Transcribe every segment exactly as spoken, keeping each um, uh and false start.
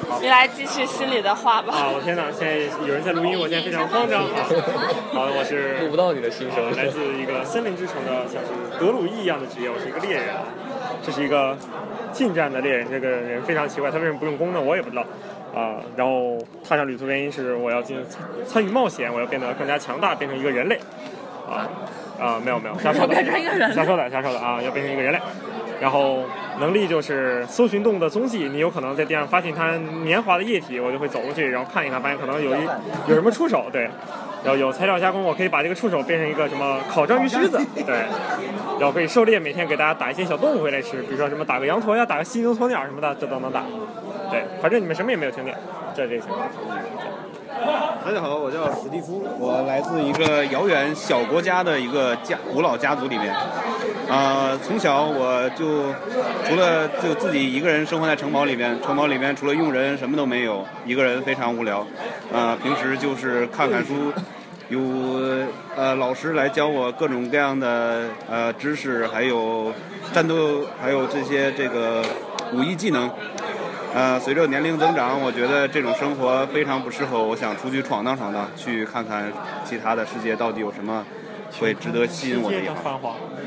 你来继续心里的话吧。 啊，我天哪！现在有人在录音，我现在非常慌张。好，我是录不到你的心声。 来自一个森林之城的，像是德鲁伊一样的职业，我是一个猎人。这是一个近战的猎人，这个人非常奇怪，他为什么不用弓呢？我也不知道。啊，然后踏上旅途原因是我要进行参参与冒险，我要变得更加强大，变成一个人类。啊啊，没有没有，瞎说的，瞎说的，瞎说的啊，要变成一个人类。然后能力就是搜寻动物的踪迹，你有可能在地上发现它黏滑的液体，我就会走过去，然后看一看，发现可能有一有什么触手，对，然后有材料加工，我可以把这个触手变成一个什么烤章鱼须子，对，然后可以狩猎，每天给大家打一些小动物回来吃，比如说什么打个羊驼呀，打个犀牛鸵鸟什么的，这都能打，对，反正你们什么也没有听见，这是这个情况。 大家好，我叫史蒂夫，我来自一个遥远小国家的一个家古老家族里面。啊、呃，从小我就除了就自己一个人生活在城堡里面，城堡里面除了佣人什么都没有，一个人非常无聊。啊、呃，平时就是看看书，有呃老师来教我各种各样的呃知识，还有战斗，还有这些这个武艺技能。呃，随着年龄增长，我觉得这种生活非常不适合我，想出去闯荡闯荡，去看看其他的世界到底有什么会值得吸引我的地方。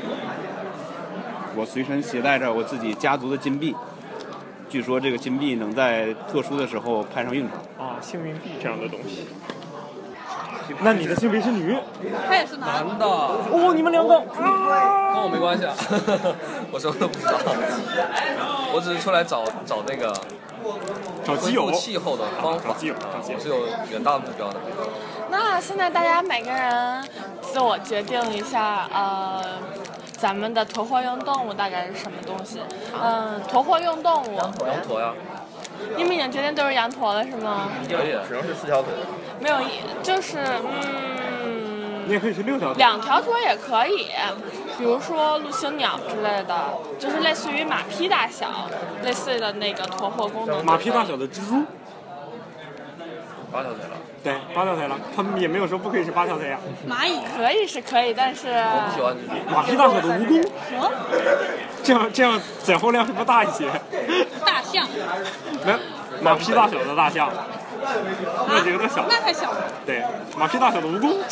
我随身携带着我自己家族的金币，据说这个金币能在特殊的时候派上用场。 啊，幸运币这样的东西。那你的性别是女？ 他也是男的。 哦，你们两个啊， 跟我没关系啊，我什么都不知道，我只是出来找找那个找基友恢复气候的方法， 找基友，找基友， 我是有远大的目标的。 那现在大家每个人自我决定一下，呃，咱们的驮货用动物大概是什么东西？嗯，驮货用动物。 羊驼呀。 你们已经决定都是羊驼了是吗？ 可以，只能是四条腿。 没有，就是嗯。 你也可以是六条腿。 两条腿也可以，比如说陆行鸟之类的，就是类似于马匹大小，类似的那个驮货功能。 马匹大小的蜘蛛。 八条腿了。 对，八条腿了，他们也没有说不可以是八条腿呀、 啊。蚂蚁可以是可以，但是我不喜欢马匹大小的蜈蚣。 什么？ 这样这样载货量是不是大一些？ 大象。 没，马匹大小的大象。那这个太小了。 那太小了。 对，马匹大小的蜈蚣。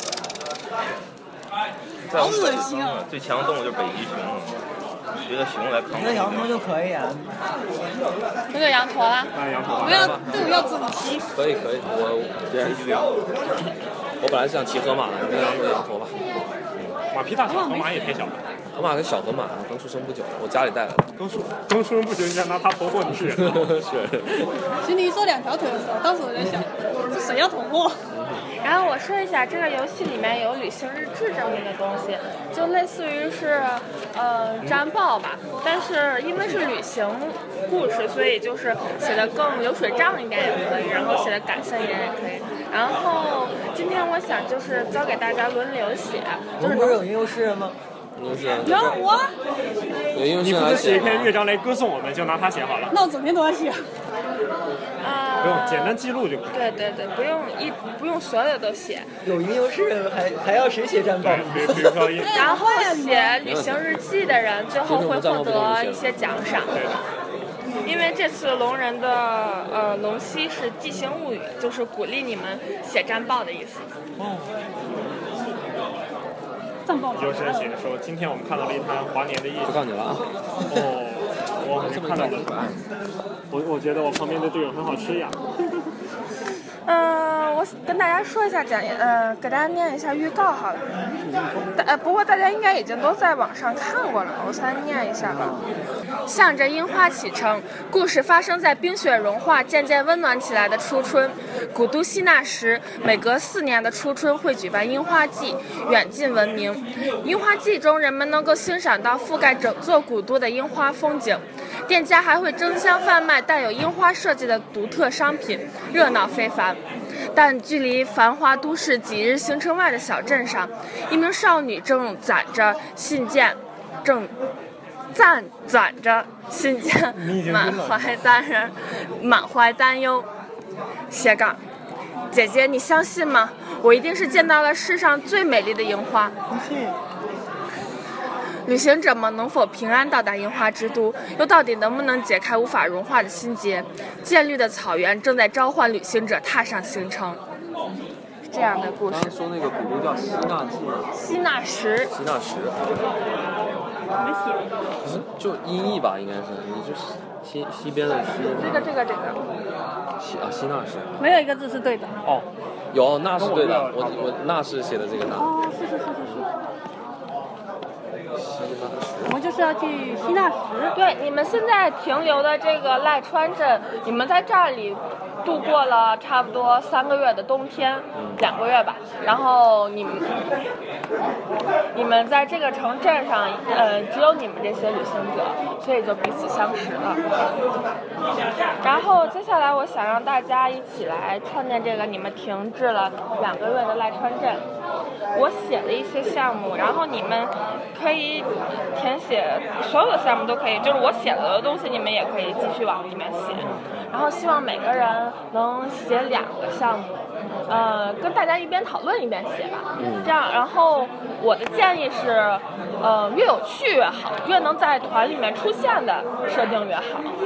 好恶心啊！ 最强的动物就是北极熊，觉得熊来扛。 一个羊驼就可以啊。 那就羊驼啦。 那羊驼。 我要对我要自己骑。 可以可以，我我本来是想骑河马的，那要说羊驼吧。 马匹大小，河马也太小了。 河马跟小河马刚出生不久，我家里带的。 刚出刚出生不久，你想拿它驮货，你是？ 是。 其实你一说两条腿的时候，当时我在想，这谁要驮货？ 然后我说一下，这个游戏里面有旅行日志这么一个东西，就类似于是呃战报吧，但是因为是旅行故事，所以就是写的更流水账一点也可以，然后写的感性一点也可以。然后今天我想就是教给大家轮流写，就是不是有吟游诗人吗？ 吟游诗人。 有我。 有吟游诗人来写一篇乐章来歌颂我们，就拿它写好了。 那我整天都在写。 啊、 不用，简单记录就可以。 对对对，不用一不用所有都写。 有吟游诗人还还要谁写战报？ 比比如说， 然后写旅行日记的人最后会获得一些奖赏。因为这次龙人的呃龙溪是记行物语，就是鼓励你们写战报的意思。 哦。 战报。 就是写说，今天我们看到了一滩华年的夜景。 就靠你了啊！ 哦。我看到了，我我觉得我旁边的队友很好吃呀。 嗯、呃，我跟大家说一下讲，呃，给大家念一下预告好了。呃，不过大家应该已经都在网上看过了，我先念一下吧。向着樱花启程，故事发生在冰雪融化、渐渐温暖起来的初春。古都希纳时，每隔四年的初春会举办樱花季，远近闻名。樱花季中，人们能够欣赏到覆盖整座古都的樱花风景。店家还会争相贩卖带有樱花设计的独特商品，热闹非凡。但距离繁华都市几日行程外的小镇上，一名少女正攒着信件，正赞攒着信件，满怀担人，满怀担忧。斜杠，姐姐，你相信吗？我一定是见到了世上最美丽的樱花。 旅行者们能否平安到达樱花之都？又到底能不能解开无法融化的心结？渐绿的草原正在召唤旅行者踏上行程。这样的故事。 刚刚说那个古都叫希纳记， 希纳什。 希纳什。 怎么写？ 不是，就音译吧，应该是，也就是西西边的西。 这个这个这个。 西啊，希纳什。 没有一个字是对的。 哦， 有，那是对的，我我那是写的这个那。 哦，是是是是是。我们就是要去希纳什。 对，你们现在停留的这个赖川镇，你们在这里度过了差不多三个月的冬天， 嗯、 两个月吧。然后你们，你们在这个城镇上，呃，只有你们这些旅行者，所以就彼此相识了。然后接下来，我想让大家一起来创建这个你们停滞了两个月的赖川镇。我写了一些项目，然后你们可以填写所有的项目都可以，就是我写了的东西，你们也可以继续往里面写。然后希望每个人能写两个项目，呃，跟大家一边讨论一边写吧。这样，然后我的建议是，呃，越有趣越好，越能在团里面出现的设定越好。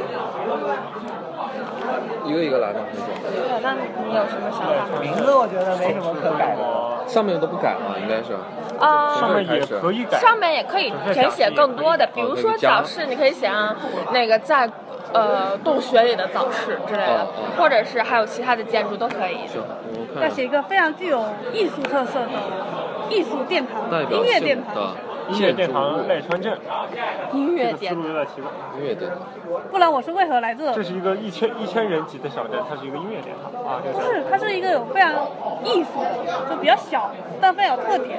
一个一个来吧，那种。 对，那你有什么想法？ 名字我觉得没什么可改的。 上面都不改嘛，应该是。 啊、 上面也可以改。 上面也可以填写更多的，比如说早市，你可以写上那个在呃洞穴里的早市之类的， 哦哦、 或者是还有其他的建筑都可以。 要写一个非常具有艺术特色的艺术殿堂、音乐殿堂。 音乐殿堂赖川镇。 音乐殿堂。 思路有点奇怪。 音乐殿堂。 不然我是为何来这？ 这是一个一千一千人级的小镇，它是一个音乐殿堂啊。 不是，它是一个有非常艺术的，就比较小，但非常有特点。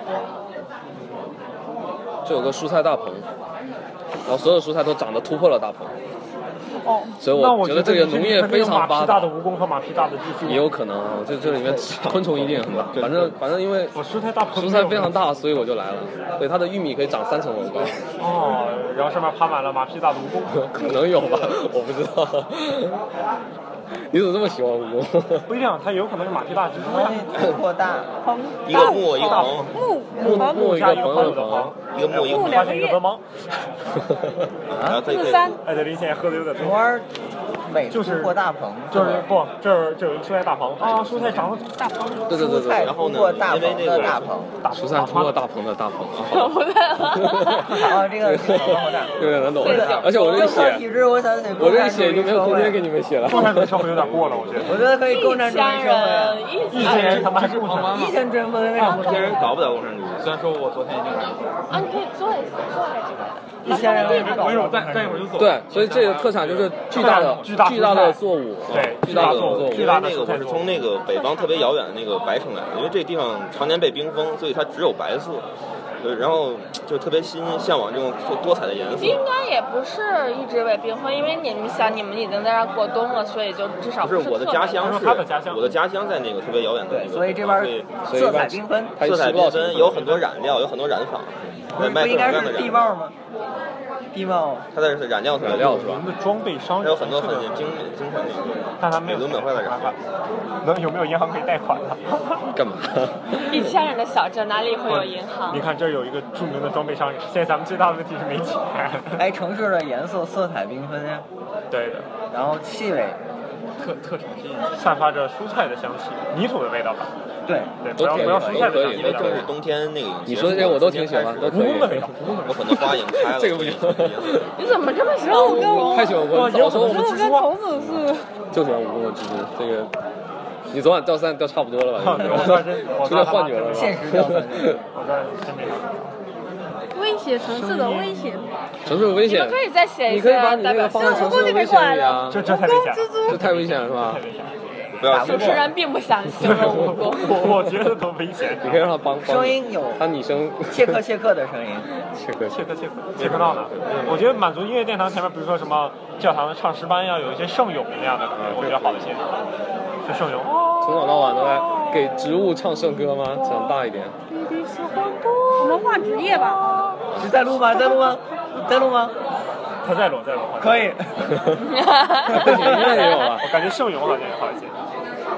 就有个蔬菜大棚，然后所有蔬菜都长得突破了大棚。 哦， 所以我觉得这个农业非常发达。 马屁大的蜈蚣和马屁大的蜘蛛也有可能啊，这这里面昆虫一定很多。反正反正因为我蔬菜大棚蔬菜非常大，所以我就来了。对，它的玉米可以长三层楼高。 哦，然后上面爬满了马屁大的蜈蚣。 可能有吧，我不知道。你怎么这么喜欢蜈蚣？ 不一定，它有可能是马屁大蜘蛛呀。 扩大棚， 一个木一个棚， 木木木一个朋友的棚， 一个木一个发现一个文盲。 然后可以可以。 艾德林现在喝的有点多。 摩尔美就是扩大棚， 就是不，这儿这有一个蔬菜大棚啊，蔬菜长得大棚， 对对对对， 然后呢， 因为这个大棚， 蔬菜突破大棚的大棚啊。 不对了。 啊，这个有点难懂，而且我这一写， 体制，我想写， 我这一写就没有空间给你们写了。 共产主义社会有点过了，我觉得。 我觉得可以共产主义社会。 一千人他妈还是共产主义。 一千真不能为什么？ 一千人搞不了共产主义。 虽然说我昨天已经来了。啊，你可以坐一下，坐在这边。 一千人我一会儿再再一会儿就走。 对，所以这个特产就是巨大的巨大的作物， 对， 巨大的作物。 因为那个我是从那个北方特别遥远的那个白城来的，因为这地方常年被冰封，所以它只有白色。对，然后就特别新向往这种多彩的颜色。 应该也不是一直被冰封，因为你们想，你们已经在这儿过冬了，所以就至少不是我的家乡是他的家乡， 我的家乡在那个特别遥远的那个， 所以这边色彩缤纷， 色彩缤纷，有很多染料，有很多染坊， 不应该是地貌吗？地貌， 它的染料染料是吧？ 我们的装备商还有很多很精精彩的， 但它没有美轮美奂的染料。 能有没有银行可以贷款呢？ 干嘛？ 一千人的小镇哪里会有银行？ 你看这儿有一个著名的装备商人，现在咱们最大的问题是没钱。 哎，城市的颜色色彩缤纷呀。 对的。 然后气味， 特特产气，散发着蔬菜的香气，泥土的味道吧。 对对，不要不要蔬菜的香气， 因为正是冬天那个。 你说这些我都挺喜欢，都可以。 蜈蚣的味道， 有很多花已经开了。 这个不行。 你怎么这么喜欢蜈蚣？ 太喜欢蜈蚣，早说我们蜘蛛跟虫子是。 就喜欢蜈蚣蜘蛛，这个。你昨晚掉三掉差不多了吧？ 我出现幻觉了。 现实掉三。 我这真没啥。 威胁城市的危险。 城市危险。 你们可以再写一你可以把你那个放在城市的危险里啊。 这这太危险了， 这太危险了是吧？ 不要。 主持人并不想形容蜈蚣。 我我觉得多危险。 你可以让他帮。 声音有。 他拟声。 切克切克的声音。 切克切克切克切克闹呢？我觉得满族音乐殿堂前面，比如说什么教堂的唱诗班要有一些圣咏那样的，我觉得好一些。就圣咏。 从早到晚都在给植物唱圣歌吗？长大一点。 我们换职业吧。 你在录吗？在录吗？在录吗？ 他在录，在录。 可以。 音乐也有啊。 我感觉圣咏好像也好一些。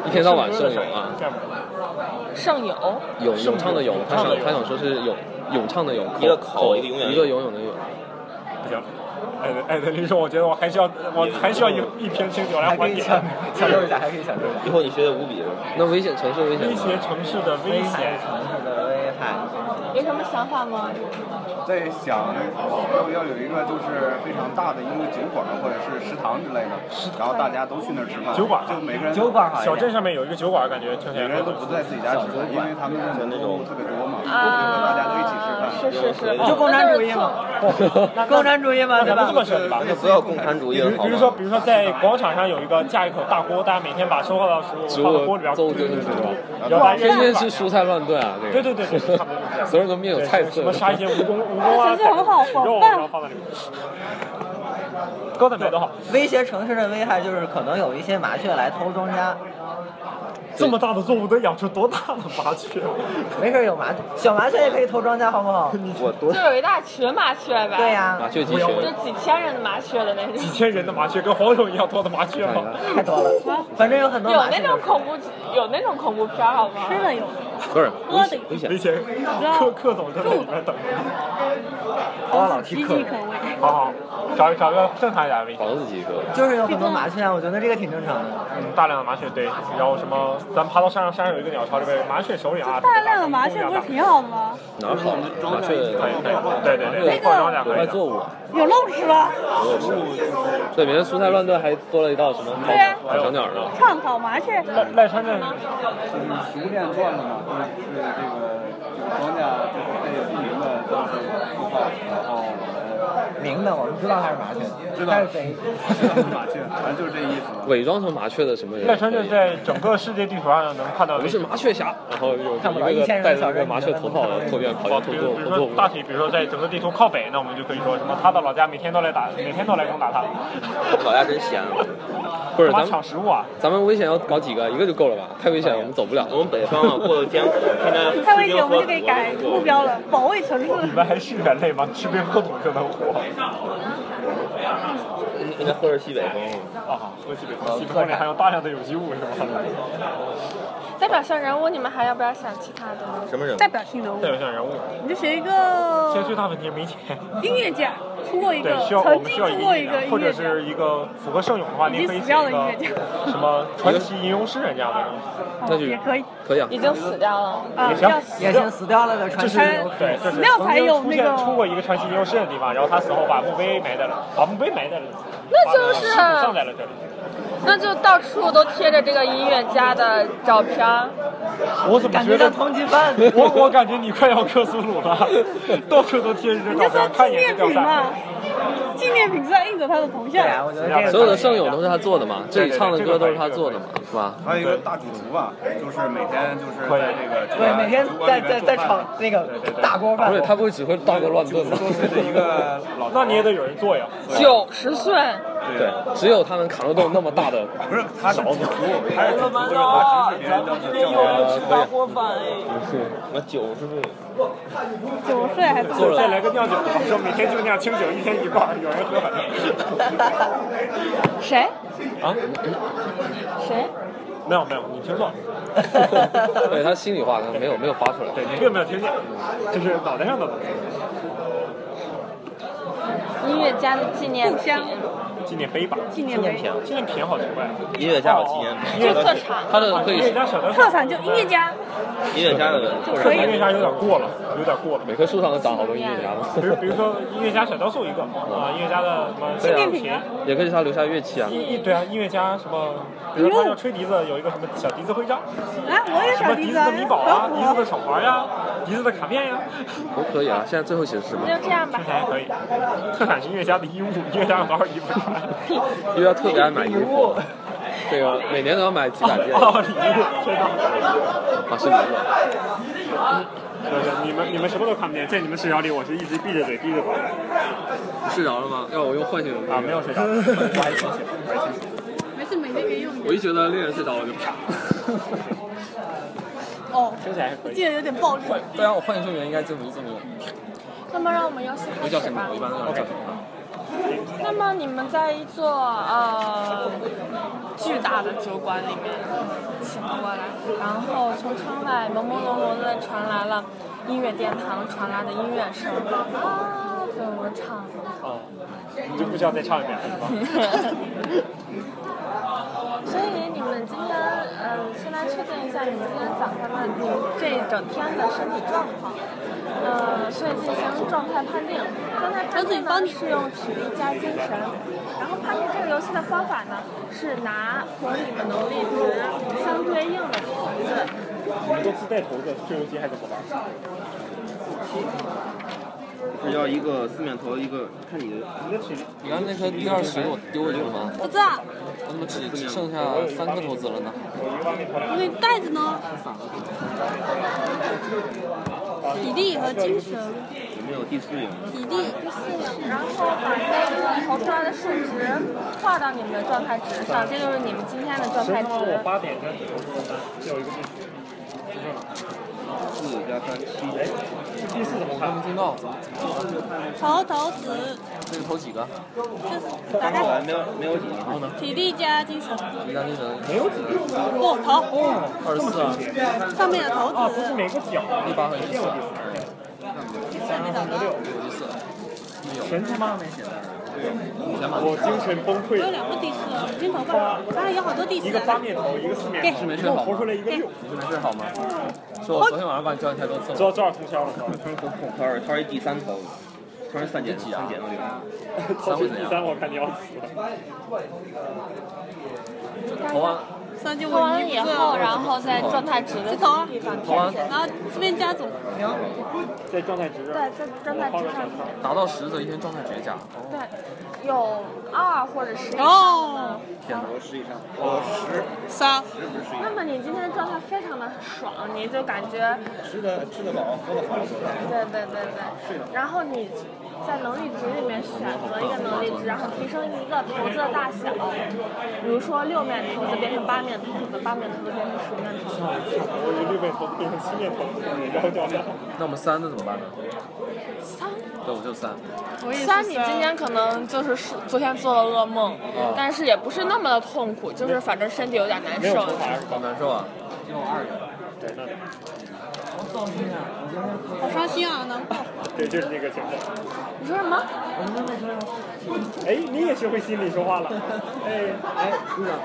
一天到晚圣咏啊， 圣咏， 咏咏唱的咏，他想他想说是咏咏唱的咏， 一个口一个永远一个游泳的泳。 不行。艾德艾德林说：“我觉得我还需要，我还需要一一瓶清酒来缓解。 抢救一下，还可以抢救一下。 以后你学的五笔。 那危险城市危险。 威胁城市的危险， 城市的危害。 有什么想法吗？ 在想要要有一个就是非常大的一个酒馆或者是食堂之类的，然后大家都去那儿吃饭。 酒馆就每个人酒馆好。 小镇上面有一个酒馆，感觉听起来每个人都不在自己家吃饭，因为他们的那种特别多嘛， 啊， 大家都一起吃饭。 是是是， 就共产主义嘛，共产主义嘛，对吧？ 这么设计吧， 那不要共产主义了，好吗？ 比如说，比如说在广场上有一个架一口大锅，大家每天把收获到的食物放到锅里边， 对对对对， 然后大家天天吃蔬菜乱炖啊，这个。对对对对，差不多这样。 所有人都面有菜色。 什么杀一些蜈蚣、蜈蚣啊、肉，然后放在里面。高蛋白都好。 威胁城市的危害就是可能有一些麻雀来偷庄稼。 这么大的作物能养出多大的麻雀？ 没事，有麻小麻雀也可以偷庄稼，好不好？ 我多就有一大群麻雀吧？ 对呀， 麻雀集群， 就几千人的麻雀的那种。 几千人的麻雀跟黄种一样多的麻雀吗？ 太多了，反正有很多。 有那种恐怖，有那种恐怖片好吗？ 吃的有， 不是喝的危险， 危险。柯柯总就在里面等着。 好老提岌岌可危。 好好，找找个正常一点的危险。 房子几个？ 就是有很多麻雀啊，我觉得这个挺正常的。 嗯，大量的麻雀对，然后什么，咱爬到山上，山上有一个鸟巢，里边麻雀首领啊。 大量的麻雀不是挺好的吗？ 哪好？麻雀可以可以，对对对， 那庄稼可以。 有害作物。 有肉吃了。 有肉吃。对，每天蔬菜乱炖，还多了一道什么对啊， 烤小鸟呢。 炝烤麻雀。 赖赖川镇就是食物链断了嘛，就是这个这个庄稼就是被不明的东西破坏，然后明的我们知道他是麻雀， 知道他是谁？ 麻雀，反正就是这意思嘛。 伪装成麻雀的什么人？ 赖川镇在整个世界地图上能看到。 我们是麻雀侠，然后有看不到一个戴着一个麻雀头套的的托边跑去比偷做偷做。 如比如说大体，比如说在整个地图靠北，那我们就可以说什么他的老家每天都来打，每天都来攻打他。 老家真闲啊！ 不是， 干嘛咱们抢食物啊？ 咱们危险要搞几个？一个就够了吧？太危险了，我们走不了。 我们北方啊，过得艰苦，天天太危险，我们就可以改目标了，保卫城市。 你们还是人类吗？吃冰喝土就能活？ 应该喝着西北风。 啊，喝西北风，西北风里含有大量的有机物，是吗？ 代表性人物，你们还要不要想其他的呢？ 什么人物？ 代表性人物代。表性人物。 你就选一个。 现在最大问题是没钱。 音乐家出过一个， 对，需要我曾经们需要一出过一个个，或者音乐家。 是一个符合圣咏的话，你可以写一个什么传奇吟游诗人这样的人。 哦，也可以。 可以啊。 已经死掉了。 啊， 也行要也行，死掉了的传奇。 对，这是死掉才有曾经出那个现出过一个传奇吟游诗人的地方，然后他死后把墓碑埋在了，把墓碑埋在了， 那就是把尸骨葬在了这里。 那就到处都贴着这个音乐家的照片。 我怎么觉得感觉像通缉犯？ 我我感觉你快要克苏鲁了，到处都贴着这你就照片， 说纪念看一眼就掉下。 品嘛，纪念品上印着他的头像。 对啊，我觉得这个所有的圣咏都是他做的嘛，这里唱的歌都是他做的嘛，是吧？ 还有一个大主厨吧，就是每天就是在这个对，每天在在在炒那个大锅饭。 不是，他不会只会大锅乱炖吗？ 多岁的一个老， 那你也得有人做呀。 九十岁。 对，只有他能扛得动那么大的不是他是主厨，他是主厨，就是他指使别人当正吃大锅饭哎。 我九十岁。 九十岁还不做再来个酿酒，说每天就酿清酒，一天一罐，有人喝反正。 谁？ 啊？ 谁？ 没有没有，你听错了。 对他心里话他没有没有发出来。 对你并没有听见，这是脑袋上的东西。 音乐家的纪念品。 纪念碑吧， 纪念碑， 纪念品好奇怪。 音乐家有纪念品， 就特产， 他的可以音乐家小的特产就音乐家。 音乐家的就可以。 音乐家有点过了，有点过了。 每棵树上都长好多音乐家嘛。 比如比如说音乐家小雕塑一个啊，音乐家的什么纪念品啊， 也可以他留下乐器啊。 音对啊，音乐家什么，比如说他要吹笛子，有一个什么小笛子徽章。 啊，我有什么小笛子啊， 笛子的米宝啊，笛子的手环呀，笛子的卡片呀， 都可以啊。现在最后写的是什么？ 那就这样吧。 听起来可以。特产是音乐家的衣物，音乐家有多少衣服穿？ 因为他特别爱买衣服，这个每年都要买几百件。 哦，礼物，天哪！ 啊，是礼物。 对对，你们你们什么都看不见，在你们视角里，我是一直闭着嘴闭着嘴。 你睡着了吗？要我用唤醒的啊，没有睡着，我还清醒，我还清醒。 没事，每天可以用。 我一觉得恋人睡着我就啪。 哦， 听起来还可以。 记得有点暴力。 对啊，我唤醒救援应该这么这么用。 那么让我们游戏开始吧。 我一般都要叫什么？ 那么你们在一座呃巨大的酒馆里面醒过来，然后从窗外朦朦胧胧的传来了音乐殿堂传来的音乐声啊，对，我唱。 哦，你就不需要再唱一遍了，是吧？ 所以你们今天，嗯、呃，先来确定一下你们今天早上的你这一整天的身体状况，呃，所以进行状态判定。状态判定呢是用体力加精神，然后判定这个游戏的方法呢是拿和你们能力值相对应的骰子。 你们都自带骰子，这游戏还怎么玩？ 是要一个四面头，一个看你的一个体力。 你看那颗第二十我丢过去了吗？ 不知道。 我怎么只只剩下三个骰子了呢？ 那袋子呢？体力和精神。 有没有第四名？ 体力第四名，然后把这个投出来的数值画到你们的状态值上，这就是你们今天的状态值。 我八点跟九十三，这有一个进去。 四加三七。 哎，第四怎么看？ 没听到。 投投子。 这个投几个？ 就是大概。 没有没有几个。 然后呢？ 体力加精神。 体力加精神。 没有几个。 不投。 哦， 二十四啊。 上面的投子。 啊，不是每个角。 第八和第四。 第四没找到。 有第四。没有。 全他妈没写在。 我精神崩溃。 我有两个第四，金头发，啊，有好多第四。 一个八面头，一个四面头。 是没睡好吗？ 投出来一个六。 你是没睡好吗？是我昨天晚上把你叫你太多次了。 知道多少通宵了？ 突然头痛，他是他是第三头，突然三减三减到零。 投出第三，我看你要死了。 投完。 投完以后，然后在状态值的地方填写， 然后这边加总。 在状态值。 对，在状态值上。 达到十则一天状态值加。 对，有二或者十以上。 哦。 天哪， 我十以上。我十。 三。 那么你今天的状态非常的爽，你就感觉。 吃的吃得饱，喝得好。 对对对对。然后你。在能力值里面选择一个能力值，然后提升一个头子的大小，比如说六面头子变成八面头子，八面头子变成十面头子。 我以为六面头子变成七面头子，然后就要那我们三的怎么办呢？ 三。 对，我就三。 三，你今天可能就是昨天做了噩梦， 哦、 但是也不是那么的痛苦，就是反正身体有点难受。 好难受啊！ 因为我二人。对，那。 好伤心啊，难过。 对，就是这个情况。 你说什么？ 哎，你也学会心里说话了。哎哎，队长。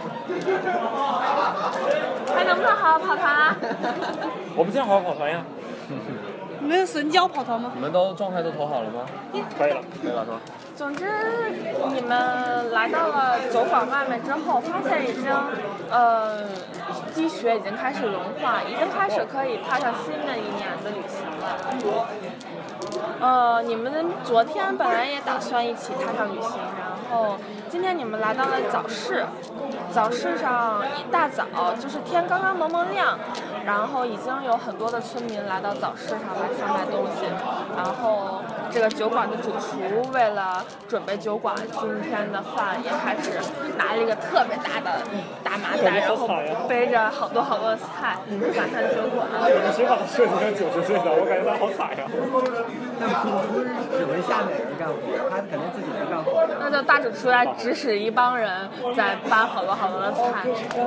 还能不能好好跑团啊？ 我们今天好好跑团呀。 你们神交跑团吗？ 你们都状态都投好了吗？ 可以了， 可以了是吧？ 总之，你们来到了酒馆外面之后，发现已经，呃，积雪已经开始融化，已经开始可以踏上新的一年的旅行了。呃，你们昨天本来也打算一起踏上旅行，然后今天你们来到了早市，早市上一大早就是天刚刚蒙蒙亮，然后已经有很多的村民来到早市上来贩卖东西，然后这个酒馆的主厨为了准备酒馆今天的饭，也开始拿了一个特别大的大麻袋，然后背着好多好多的菜赶上酒馆。 你们谁把他设计成九十岁的？我感觉他好惨呀。 但主厨只能下面人干活，他肯定自己不干活。 那就大主厨来指使一帮人在搬好多好多的菜。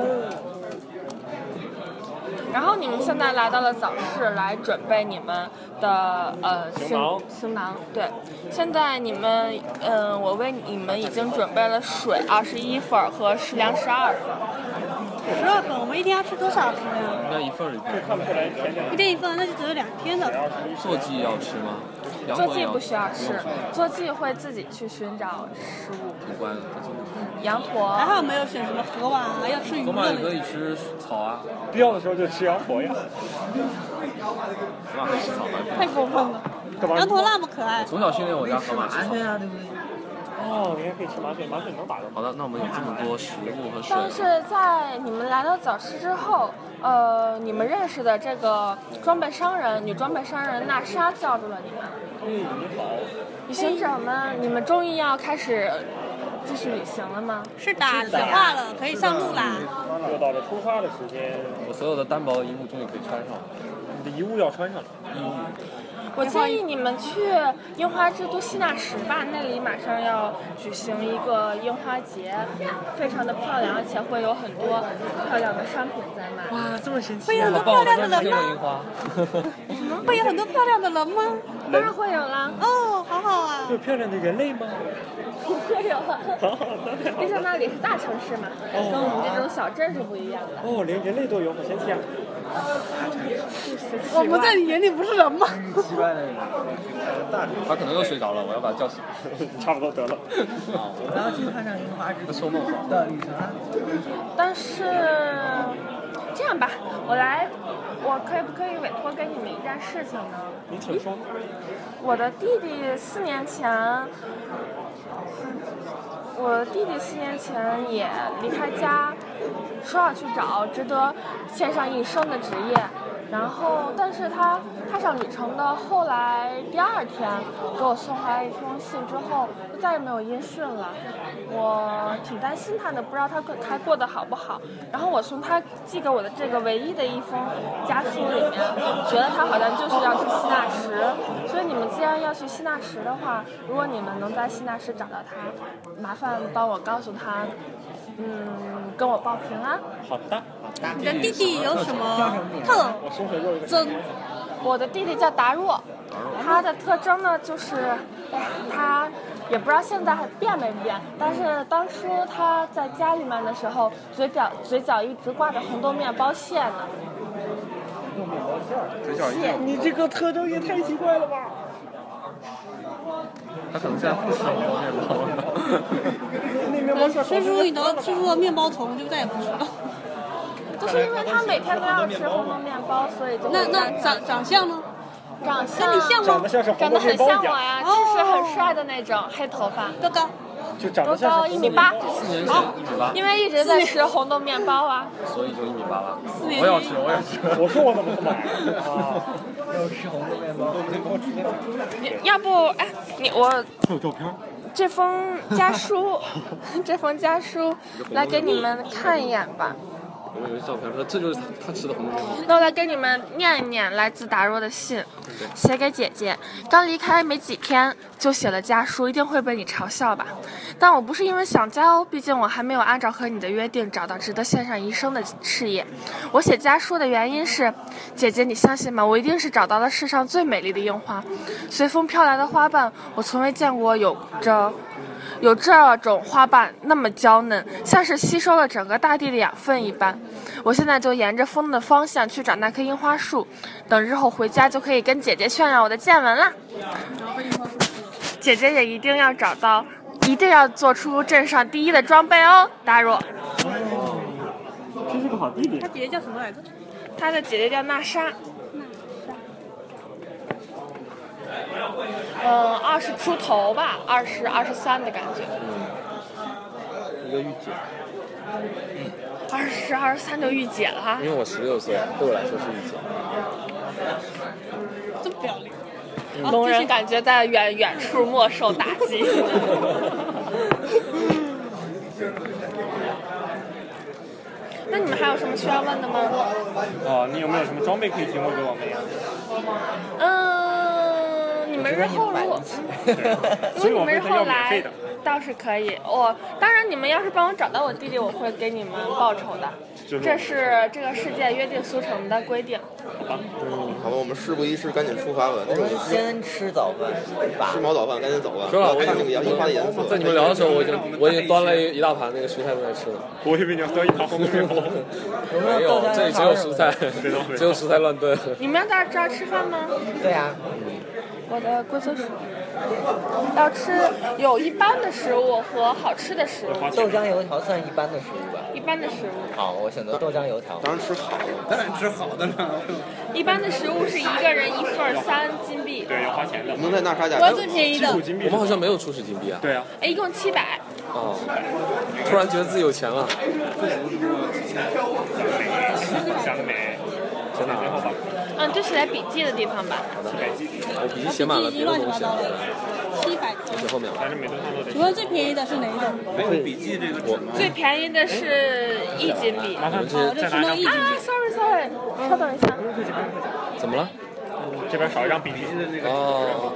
然后你们现在来到了早市，来准备你们的呃行囊。 行囊对，现在你们嗯、呃，我为你们已经准备了水二十一份和食粮十二份。 十二份，我们一天要吃多少食粮？ 应该一份一份。 看不出来甜点。 一天一份，那就只有两天的。 坐骑要吃吗？ 坐骑不需要吃，坐骑会自己去寻找食物。 乖的。 嗯，羊驼。 还好没有选什么河马，要吃鱼的。 河马也可以吃草啊。 必要的时候就吃羊驼呀。 河马可以吃草吗？ 太过分了。羊驼那么可爱。 从小训练我家河马吃草。 啊，对不对？ 哦，你还可以吃麻雀，麻雀能打人。 好的，那我们有这么多食物和水。 但是在你们来到早市之后，呃，你们认识的这个装备商人，女装备商人娜莎叫住了你们。 嗯，你好。 旅行者们，你们终于要开始继续旅行了吗？ 是的，雪化了，可以上路啦。 又到了出发的时间， 我所有的单薄的衣物终于可以穿上了。 你的衣物要穿上了。 衣物。 我建议你们去樱花之都希纳什吧，那里马上要举行一个樱花节，非常的漂亮，而且会有很多漂亮的商品在卖。 哇，这么神奇！ 会有很多漂亮的人樱吗？ 花， 会有很多漂亮的人吗？ 当然会有啦。 哦，好好啊。 有漂亮的人类吗？ 会有啊。毕竟那里是大城市嘛，跟我们这种小镇是不一样的。 哦，连人类都有，好神奇啊！ 我们在你眼里不是人吗？ 奇怪的人， 他可能又睡着了，我要把他叫醒。 差不多得了。 我们要去看看樱花之说梦话的旅程啊。 但是这样吧，我来，我可以不可以委托给你们一件事情呢？ 你请说。 我的弟弟四年前，我的弟弟四年前也离开家，说要去找值得献上一生的职业。然后，但是他踏上旅程的后来第二天给我送回来一封信之后，就再也没有音讯了。我挺担心他的，不知道他还过得好不好。然后我从他寄给我的这个唯一的一封家书里面，觉得他好像就是要去希纳什。所以你们既然要去希纳什的话，如果你们能在希纳什找到他，麻烦帮我告诉他，嗯，跟我报平安。 好的。 你的弟弟有什么特征？ 我的弟弟叫达若，他的特征呢就是，哎，他也不知道现在还变没变，但是当初他在家里面的时候，嘴角嘴角一直挂着红豆面包屑呢。 屑，你这个特征也太奇怪了吧？ 他可能现在不吃红豆面包了。 吃出你的吃出了面包虫，就再也不吃了。 就是因为他每天都要吃红豆面包，所以就那那长长相呢？ 长相跟你像吗？ 长得像是红长得很豆面包一样。 像我呀，就是很帅的那种黑头发。 多高？ 就长多得像是高一米八。 四年前一米八， 因为一直在吃红豆面包啊。 所以就一米八了。 四年我要吃，我要吃。 我说我怎么不买啊？ 又吃红豆面包， 你要不哎，你我还有照片。 这封家书，这封家书来给你们看一眼吧。 我有照片，说这就是他吃的红豆面包。 那我来给你们念一念来自达若的信，写给姐姐。刚离开没几天就写了家书，一定会被你嘲笑吧？但我不是因为想家哦，毕竟我还没有按照和你的约定找到值得献上一生的事业。我写家书的原因是，姐姐你相信吗？我一定是找到了世上最美丽的樱花，随风飘来的花瓣，我从未见过有着。有这种花瓣那么娇嫩，像是吸收了整个大地的养分一般。我现在就沿着风的方向去找那棵樱花树，等日后回家就可以跟姐姐炫耀我的见闻啦。姐姐也一定要找到，一定要做出镇上第一的装备哦，大若。 真是个好弟弟。 他姐姐叫什么来着？ 他的姐姐叫娜莎。嗯，二十出头吧，二十二十三的感觉。 一个御姐。 二十二十三就御姐了哈。 因为我十六岁，对我来说是御姐。 这么不要脸。 聋人感觉在远远处默受打击。那你们还有什么需要问的吗？ 哦，你有没有什么装备可以提供给我们呀？ 嗯，你们日后如果，如果你们日后来，倒是可以。我当然，你们要是帮我找到我弟弟，我会给你们报酬的。这是这个世界约定俗成的规定。 好吧，嗯，好吧，我们事不宜迟，赶紧出发吧。 我们先吃早饭， 吃饱早饭，赶紧走吧。 说了，我看那个樱花的颜色。 在你们聊的时候，我已经我已经端了一大盘那个蔬菜在吃了。 我以为你要端一盘红豆面包。 没有，这里只有蔬菜，只有蔬菜乱炖。 你们要在这儿吃饭吗？ 对呀、啊。 我的规则是要吃有一般的食物和好吃的食物。 豆浆油条算一般的食物吧？ 一般的食物。 好，我选择豆浆油条。 当然吃好的， 当然吃好的了。 一般的食物是一个人一份三金币。 对，要花钱的。 我们在娜莎家。 我要最便宜的。 我们好像没有初始金币啊。 对啊。 哎，一共七百。 哦。突然觉得自己有钱了。 想得美。 在哪儿？ 嗯，这是来笔记的地方吧。 我笔记写满了别的东西。 七百。 写后面了。 请问最便宜的是哪一种？ 没有笔记这个纸吗？ 最便宜的是一金币。 我们这就只能一金币。 啊 ，sorry sorry，稍等一下。 怎么了？ 这边少一张比例。 哦。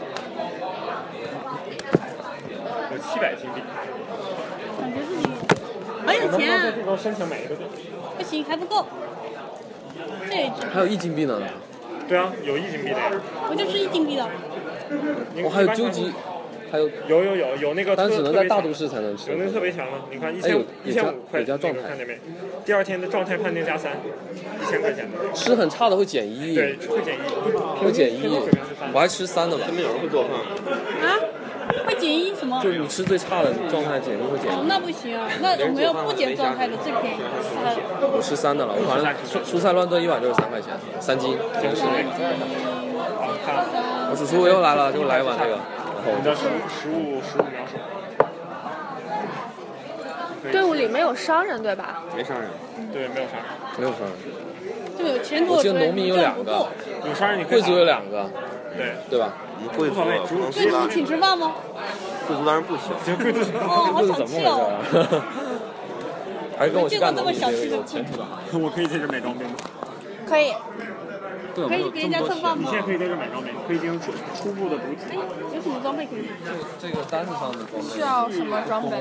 有七百金币。 感觉自己好有钱啊！ 这种申请每一个队。 不行，还不够。这一只。 还有一金币呢。 对啊，有一金币的。 我就是一金币的。 我、哦、还有究极。还有有有有有那个， 但只能在大都市才能吃。 有那个特别强的，你看一千一千五块， 加状态， 看见没？第二天的状态判定加三，一千块钱的。 吃很差的会减一。 对，会减一。 会减一。我还吃三的吧。 他们有人会做饭。 啊？会减一什么？ 就你吃最差的状态减一会减一。 哦，那不行啊！那我们要不减状态的最便宜三。 我吃三的了，我反正蔬菜乱炖一碗就是三块钱，三斤。 三斤。 我主厨又来了，就来一碗这个。 你的食食物食物描述。 队伍里没有商人对吧？ 没商人。 对，没有商人。 没有商人。 就有钱多。 我记得农民有两个。 有商人你可以。 贵族有两个。 对。 对吧？ 我们贵族不能贵族请吃饭吗？ 贵族当然不行。 贵族。 哦，好想吃哦。 还是跟我去干农民这个有前途的。 我可以在这买装备吗？ 可以。 对， 可以给人家蹭饭吗？ 你现在可以在这买装备，可以进行初初步的补给。 有什么装备可以买？ 这这个单子上的装备。 需要什么装备？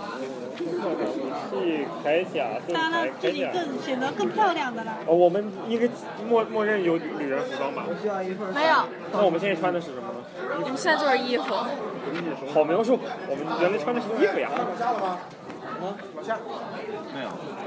是铠甲， 当然了，这里更显得更漂亮的了。 哦，我们应该默默认有旅人服装吧？ 没有。 那我们现在穿的是什么呢？ 你们现在就是衣服。 好描述，我们原来穿的是衣服呀。 老夏，没有。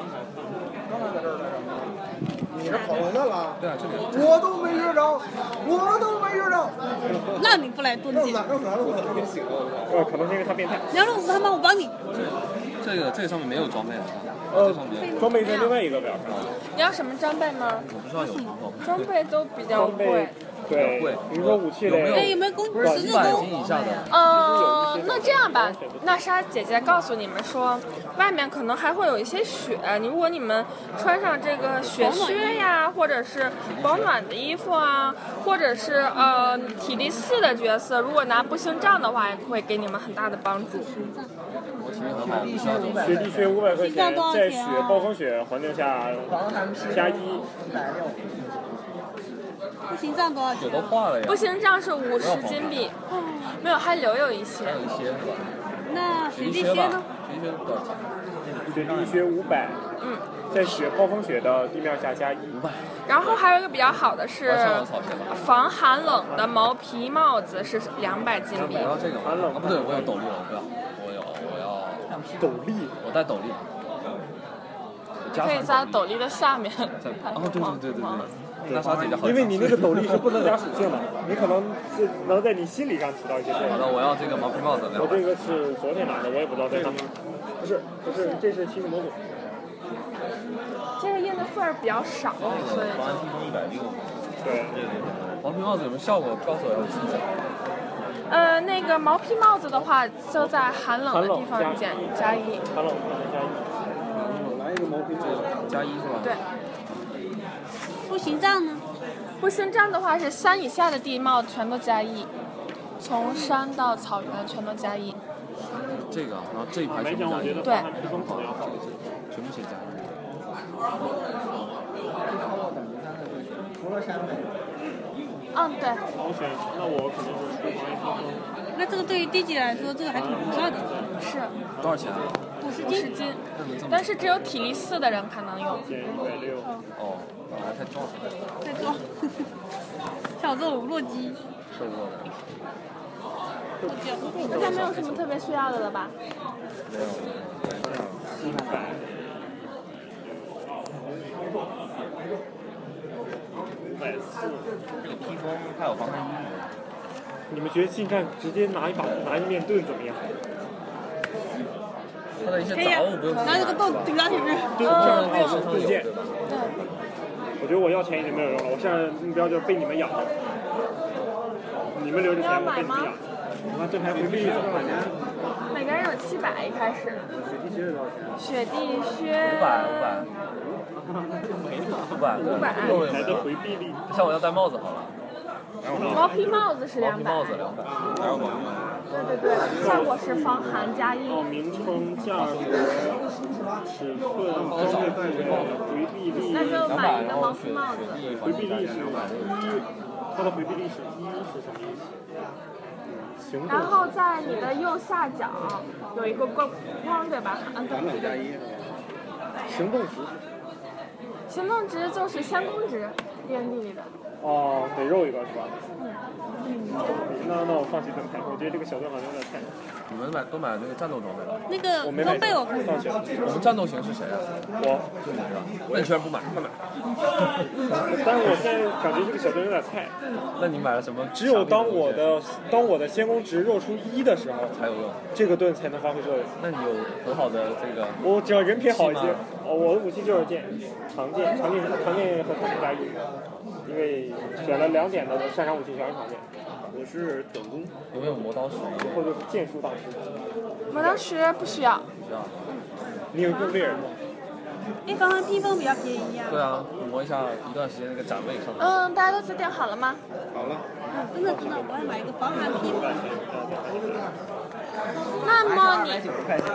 你是跑那了？ 对啊，这里。 我都没遇着，我都没遇着。 那你不来蹲点？ 弄死他，弄死他，给醒了。 呃，可能是因为他变态。 你要弄死他吗？我帮你。 这个这个上面没有装备的。 呃，装备在另外一个表上。 你要什么装备吗？ 我不知道有什么装备都比较贵。 对，比如说武器类， 哎，有没有工十字弓以下的？ 呃，那这样吧，娜莎姐姐告诉你们说，外面可能还会有一些雪，你如果你们穿上这个雪靴呀，或者是保暖的衣服啊，或者是呃体力四的角色，如果拿步行杖的话，也会给你们很大的帮助。 我体力很好，不需要装备。 雪地靴五百块钱，在雪暴风雪环境下加一。 步行杖多少钱？ 都化了呀。 步行杖是五十金币，没有还留有一些。 还有一些是吧？ 那雪地靴呢？ 雪地靴多少钱？ 雪地靴五百。嗯。在雪暴风雪的地面下加一。五百。 然后还有一个比较好的是防寒冷的毛皮帽子，是两百金币。 我要这个。寒冷啊，不对，我有斗笠了，我不要。我有，我要。 斗笠。 我带斗笠。 可以在斗笠的下面。 哦，对对对对对。娜莎姐姐好。 因为你那个斗笠是不能加属性的，你可能是能在你心理上起到一些作用。 好的，我要这个毛皮帽子。 我这个是昨天拿的，我也不知道在他们。不是不是，这是骑士模组。 这个印的份儿比较少，所以。 保安提供一百六。 对。毛皮帽子有什么效果？告诉我，我记一下。 呃，那个毛皮帽子的话，就在寒冷的地方减加一。 寒冷加一。 来一个毛皮帽子加一是吧？ 对。 步行杖呢？ 步行杖的话是山以下的地貌全都加一，从山到草原全都加一。 这个，然后这一排全部加一。 对。 全部写加一。 除了山北。 嗯，对。 我选，那我肯定是厨房一那这个对于低级来说，这个还挺不错的。 是。 多少钱啊？ 五十斤。斤。但是只有体力四的人才能用。 减一百六。 哦。还太壮了， 太壮，像我这种无弱鸡， 瘦弱的。 大家没有什么特别需要的了吧？ 没有。 一百。五百四。 这个披风它有防寒衣。 你们觉得近战直接拿一把拿一面盾怎么样？ 他的一些杂物不用拿这个盾顶在前面。 盾嗯， 不用盾剑。 对。 我觉得我要钱已经没有用了，我现在目标就是被你们养着。你们留着钱，我被你们养。你看这排回币怎么办？ 每个人有七百一开始。 雪地靴多少钱？ 雪地靴。 五百五百。五百五百。 来的回币率。 像我要戴帽子好了。 毛皮帽子是两百。 毛皮帽子两百。 还有保命。 对对对，效果是防寒加一。 名称、价格、尺寸、针对部位、回避率。 那就买一个毛皮帽子。 回避率是一， 它的回避力是一是什么意思？行动。 然后在你的右下角有一个光光，对吧？嗯，对。 行动值。 行动值就是先攻值 ，D N D 里的。 哦，得肉一个是吧？嗯。那那我放弃盾牌，我觉得这个小盾好像有点太。 你们买都买那个战斗装备了？ 那个装备我看放弃了。 我们战斗型是谁啊？ 我。 就你是吧？那你居然不买？ 不买。但是我现在感觉这个小盾有点菜。 那你买了什么？ 只有当我的当我的先攻值肉出一的时候才有用， 这个盾才能发挥作用。 那你有很好的这个？ 我只要人品好一些，哦，我的武器就是剑，长剑，长剑长剑和通体加一，因为选了两点的擅长武器全是长剑。我是短弓。 有没有磨刀石？ 或者是剑术大师？ 磨刀石不需要。 不需要。 你有用猎人吗？ 哎，刚刚披风比较便宜啊。 对啊，磨一下一段时间那个展位上。 嗯，大家都决定好了吗？ 好了。 嗯，真的真的，我要买一个防寒披风。 那么你，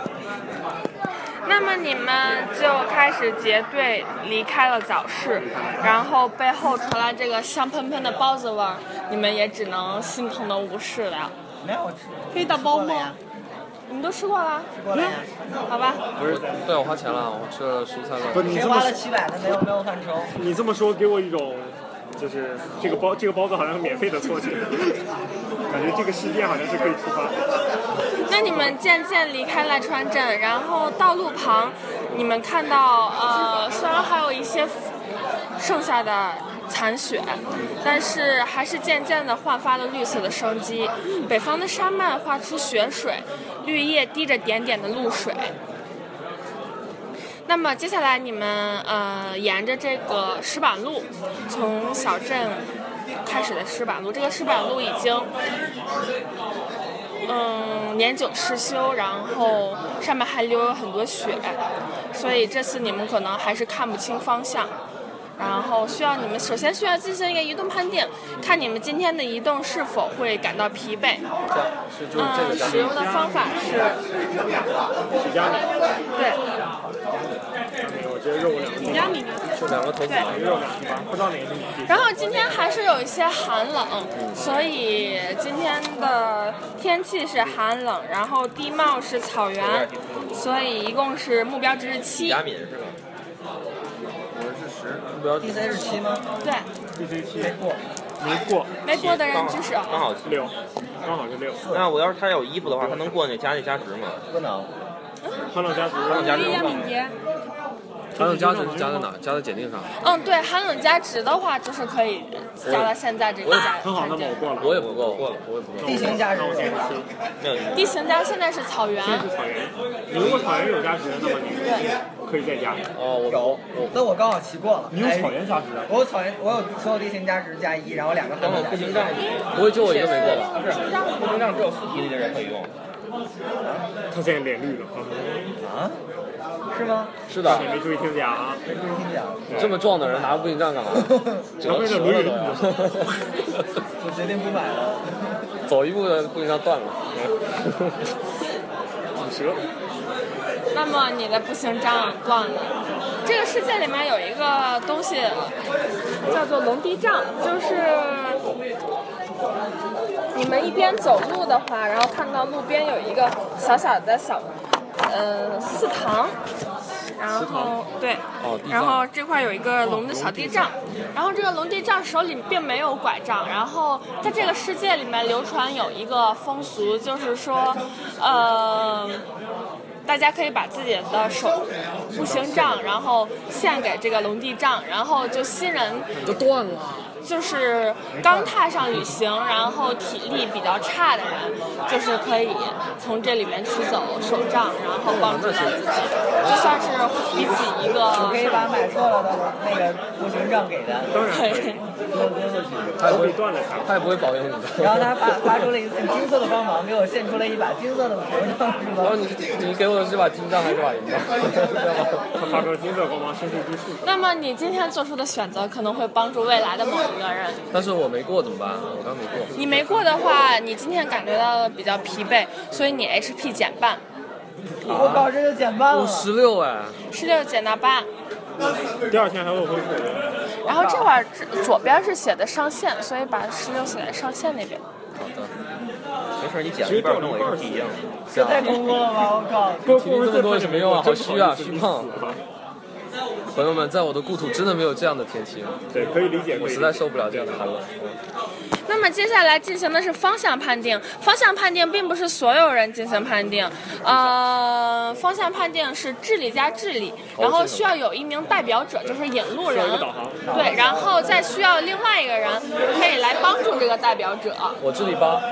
那么你们就开始结队离开了早市，然后背后传来这个香喷喷的包子味儿，你们也只能心疼的无视了。 没有我吃。 可以打包吗？ 你们都吃过了？ 吃过了呀。 好吧。 不是，对我花钱了，我吃了蔬菜了。 不，你谁花了七百的没有没有饭吃哦。 你这么说给我一种，就是这个包这个包子好像是免费的错觉，感觉这个事件好像是可以出发的。 那你们渐渐离开赖川镇，然后道路旁，你们看到呃，虽然还有一些剩下的残雪，但是还是渐渐地焕发了绿色的生机。北方的山脉画出雪水，绿叶滴着点点的露水。那么接下来你们呃沿着这个石板路，从小镇开始的石板路，这个石板路已经嗯年久失修，然后上面还留有很多雪，所以这次你们可能还是看不清方向。然后需要你们首先需要进行一个移动判定，看你们今天的移动是否会感到疲惫。 是就是这个。 嗯，使用的方法是。 是加米。 对。 我觉得肉两。 加米。 就两个头子， 肉两一般，不知道哪个是你。 然后今天还是有一些寒冷，所以今天的天气是寒冷，然后地貌是草原，所以一共是目标值是七。 加米是吧？ 目标 D C 是七吗？ 对。 D C 七没过。 没过。 没过的人举手。 刚好六，刚好是六。 那我要是他有衣服的话，他能过那加那加值吗？ 不能。 寒冷加值， 寒冷加值加敏捷。 寒冷加值是加在哪？加在检定上。 嗯，对，寒冷加值的话就是可以加到现在这个价。 很好，那么我过了。 我也不够，过了，我也不够。 地形加值。 没有。 地形加现在是草原。 现在是草原。你如果草原有加值，那么你可以再加。 哦，我有。那我刚好骑过了。 你有草原加值的？ 我有草原，我有所有地形加值加一，然后两个寒冷加值。 步行杖， 不会就我一个没过吧？ 不是，步行杖只有四体力的人可以用。 他现在脸绿了。 啊？是吗？ 是的。 你没注意听讲啊？ 没注意听讲。 这么壮的人拿步行杖干嘛？ 折折了都要。 我决定不买了。 走一步的步行杖断了。 折。 那么你的步行杖断了。这个世界里面有一个东西叫做龙地杖，就是你们一边走路的话，然后看到路边有一个小小的小呃寺堂，然后对，然后这块有一个龙的小地杖，然后这个龙地杖手里并没有拐杖，然后在这个世界里面流传有一个风俗，就是说呃大家可以把自己的手步行杖，然后献给这个龙地杖，然后就新人就断了。 就是刚踏上旅行，然后体力比较差的人，就是可以从这里面取走手杖，然后帮助到自己，就算是比起一个。 我可以把买错了的那个步行杖给他。 当然可以。 他也不会断了，他也不会保佑你的。 然后他发发出了一次金色的光芒，给我献出了一把金色的手杖，是吧？ 然后你你给我的是把金杖还是把银杖？ 他发出了金色光芒，身体之术。 那么你今天做出的选择可能会帮助未来的某一个人。 但是我没过怎么办？我刚没过。 你没过的话，你今天感觉到比较疲惫，所以你 H P 减半。 我靠，这就减半了。 我十六哎。 十六减到八。 第二天还会恢复。 然后这块儿左边是写的上限，所以把十六写在上限那边。 好的。 没事，你剪了一半跟我 H P 一样。 这太工作了吧！我靠， 体力这么多有什么用啊？好虚啊，虚胖。朋友们，在我的故土真的没有这样的天气， 对，可以理解， 我实在受不了这样的寒冷。 那么接下来进行的是方向判定，方向判定并不是所有人进行判定，呃，方向判定是智力加智力，然后需要有一名代表者，就是引路人，对，然后再需要另外一个人可以来帮助这个代表者。 我智力八，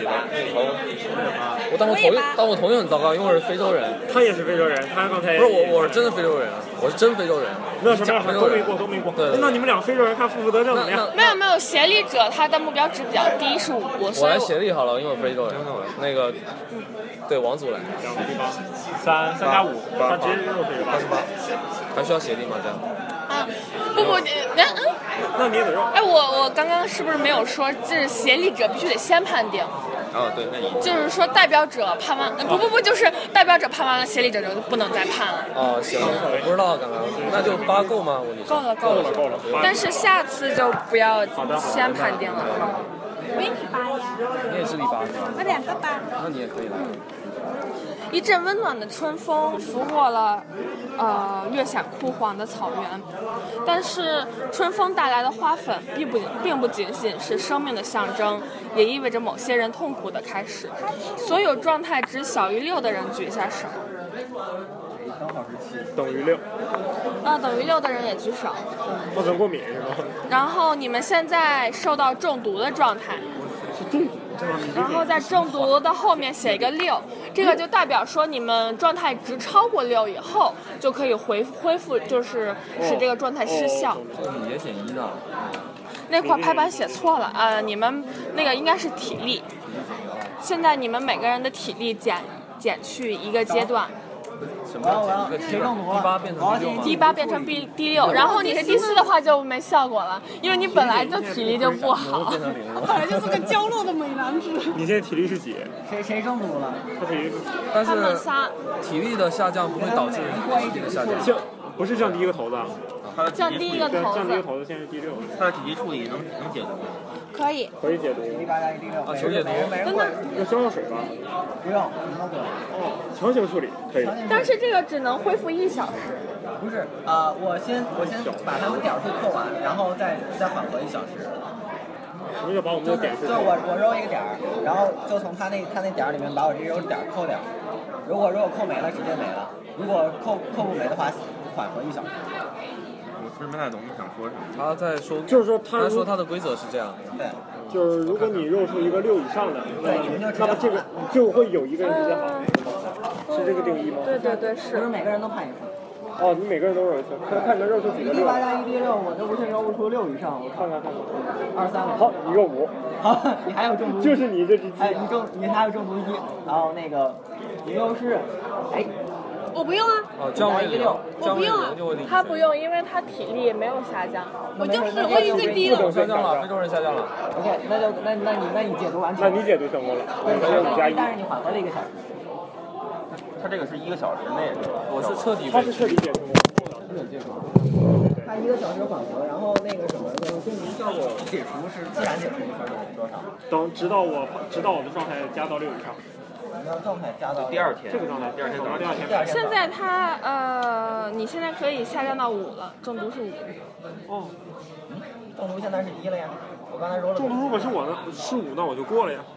我当我头当我头也很糟糕，因为我是非洲人。 他也是非洲人，他刚才不是我，我是真的非洲人，我是真非洲人。 没有什么都没过，都没过。 对， 那你们两个非洲人看负负得正怎么样？ 没有没有，协力者他的目标值比较低，是五。 我来协力好了，因为我非洲人。那个，对王祖来。 三三加五，他直接肉是八十八，还需要协力吗？这样？ 啊，不不，你嗯嗯。 那你也得肉。 哎，我我刚刚是不是没有说，就是协力者必须得先判定？ 哦，对，那你就是说代表者判完，不不不，就是代表者判完了，协力者就不能再判了。 哦，行，我不知道刚刚，那就八够吗？我够了够了够了。 但是下次就不要先判定了。 我也是八呀。 你也是力八。 我两个八。 那你也可以了。 一阵温暖的春风拂过了，呃，略显枯黄的草原，但是春风带来的花粉并不并不仅仅是生命的象征，也意味着某些人痛苦的开始。所有状态值小于六的人举一下手。 等于六。 啊，等于六的人也举手。 我怎么过敏是吗？ 然后你们现在受到中毒的状态。然后在中毒的后面写一个六，这个就代表说你们状态值超过六以后就可以恢恢复，就是使这个状态失效。 这你也写一呢？ 那块排版写错了，呃，你们那个应该是体力。现在你们每个人的体力减减去一个阶段。 什么？谁中毒了？第八变成第六吗？ 第八变成第第六，然后你是第四的话就没效果了，因为你本来就体力就不好。 他本来就是个娇弱的美男子。 你现在体力是几？ 谁谁中毒了？ 他体力。 但是他们仨体力的下降不会导致体力的下降。 降不是降低一个头子。 降低一个头子。 降低一个头子，现在是第六。 他的体积处理能能解读吗？ 可以。 可以解读。 第八加一第六。 啊，求解读。 真的？ 用消消水吧。 不用，什么不用。 哦，强行处理可以。 但是这个只能恢复一小时。 不是，呃，我先我先把他们点数扣完，然后再再缓和一小时。 什么叫把我们的点数？ 就我我揉一个点儿，然后就从他那他那点儿里面把我这揉点儿扣掉。如果如果扣没了，直接没了；如果扣扣不没的话，缓和一小时。 我是没太懂你想说什么。 他在说， 就是说他他说他的规则是这样。 对。 就是如果你肉出一个六以上的， 对，你们就那么这个就会有一个人直接好，是这个定义吗？ 对对对，是。 不是每个人都判一次。 哦，你每个人都肉一次，看看你能肉出几个六。 第八加一第六，我这不是揉不出六以上，我看看看看。 二三五。 好，一个五。 好，你还有中毒。 就是你这只鸡。 哎，你中你还有中毒一，然后那个你又是，哎。 我不用啊。 哦，降为零， 我不用啊。 他不用，因为他体力没有下降。 我就是我已经最低了。 下降了，非洲人下降了。 OK， 那就那那你那你解读完成。 那你解读成功了。 对，但是你缓和了一个小时。 他这个是一个小时内是吧？ 我是彻底。 他是彻底解除。 他一个小时缓和，然后那个什么的中毒效果解除是自然解除多少？ 等直到我直到我的状态加到六以上。 状态加到第二天， 这个状态， 第二天早上， 第二天。 现在它呃，你现在可以下降到五了，中毒是五。 哦。 中毒现在是一了呀，我刚才揉了。 中毒如果是我呢，是五，那我就过了呀。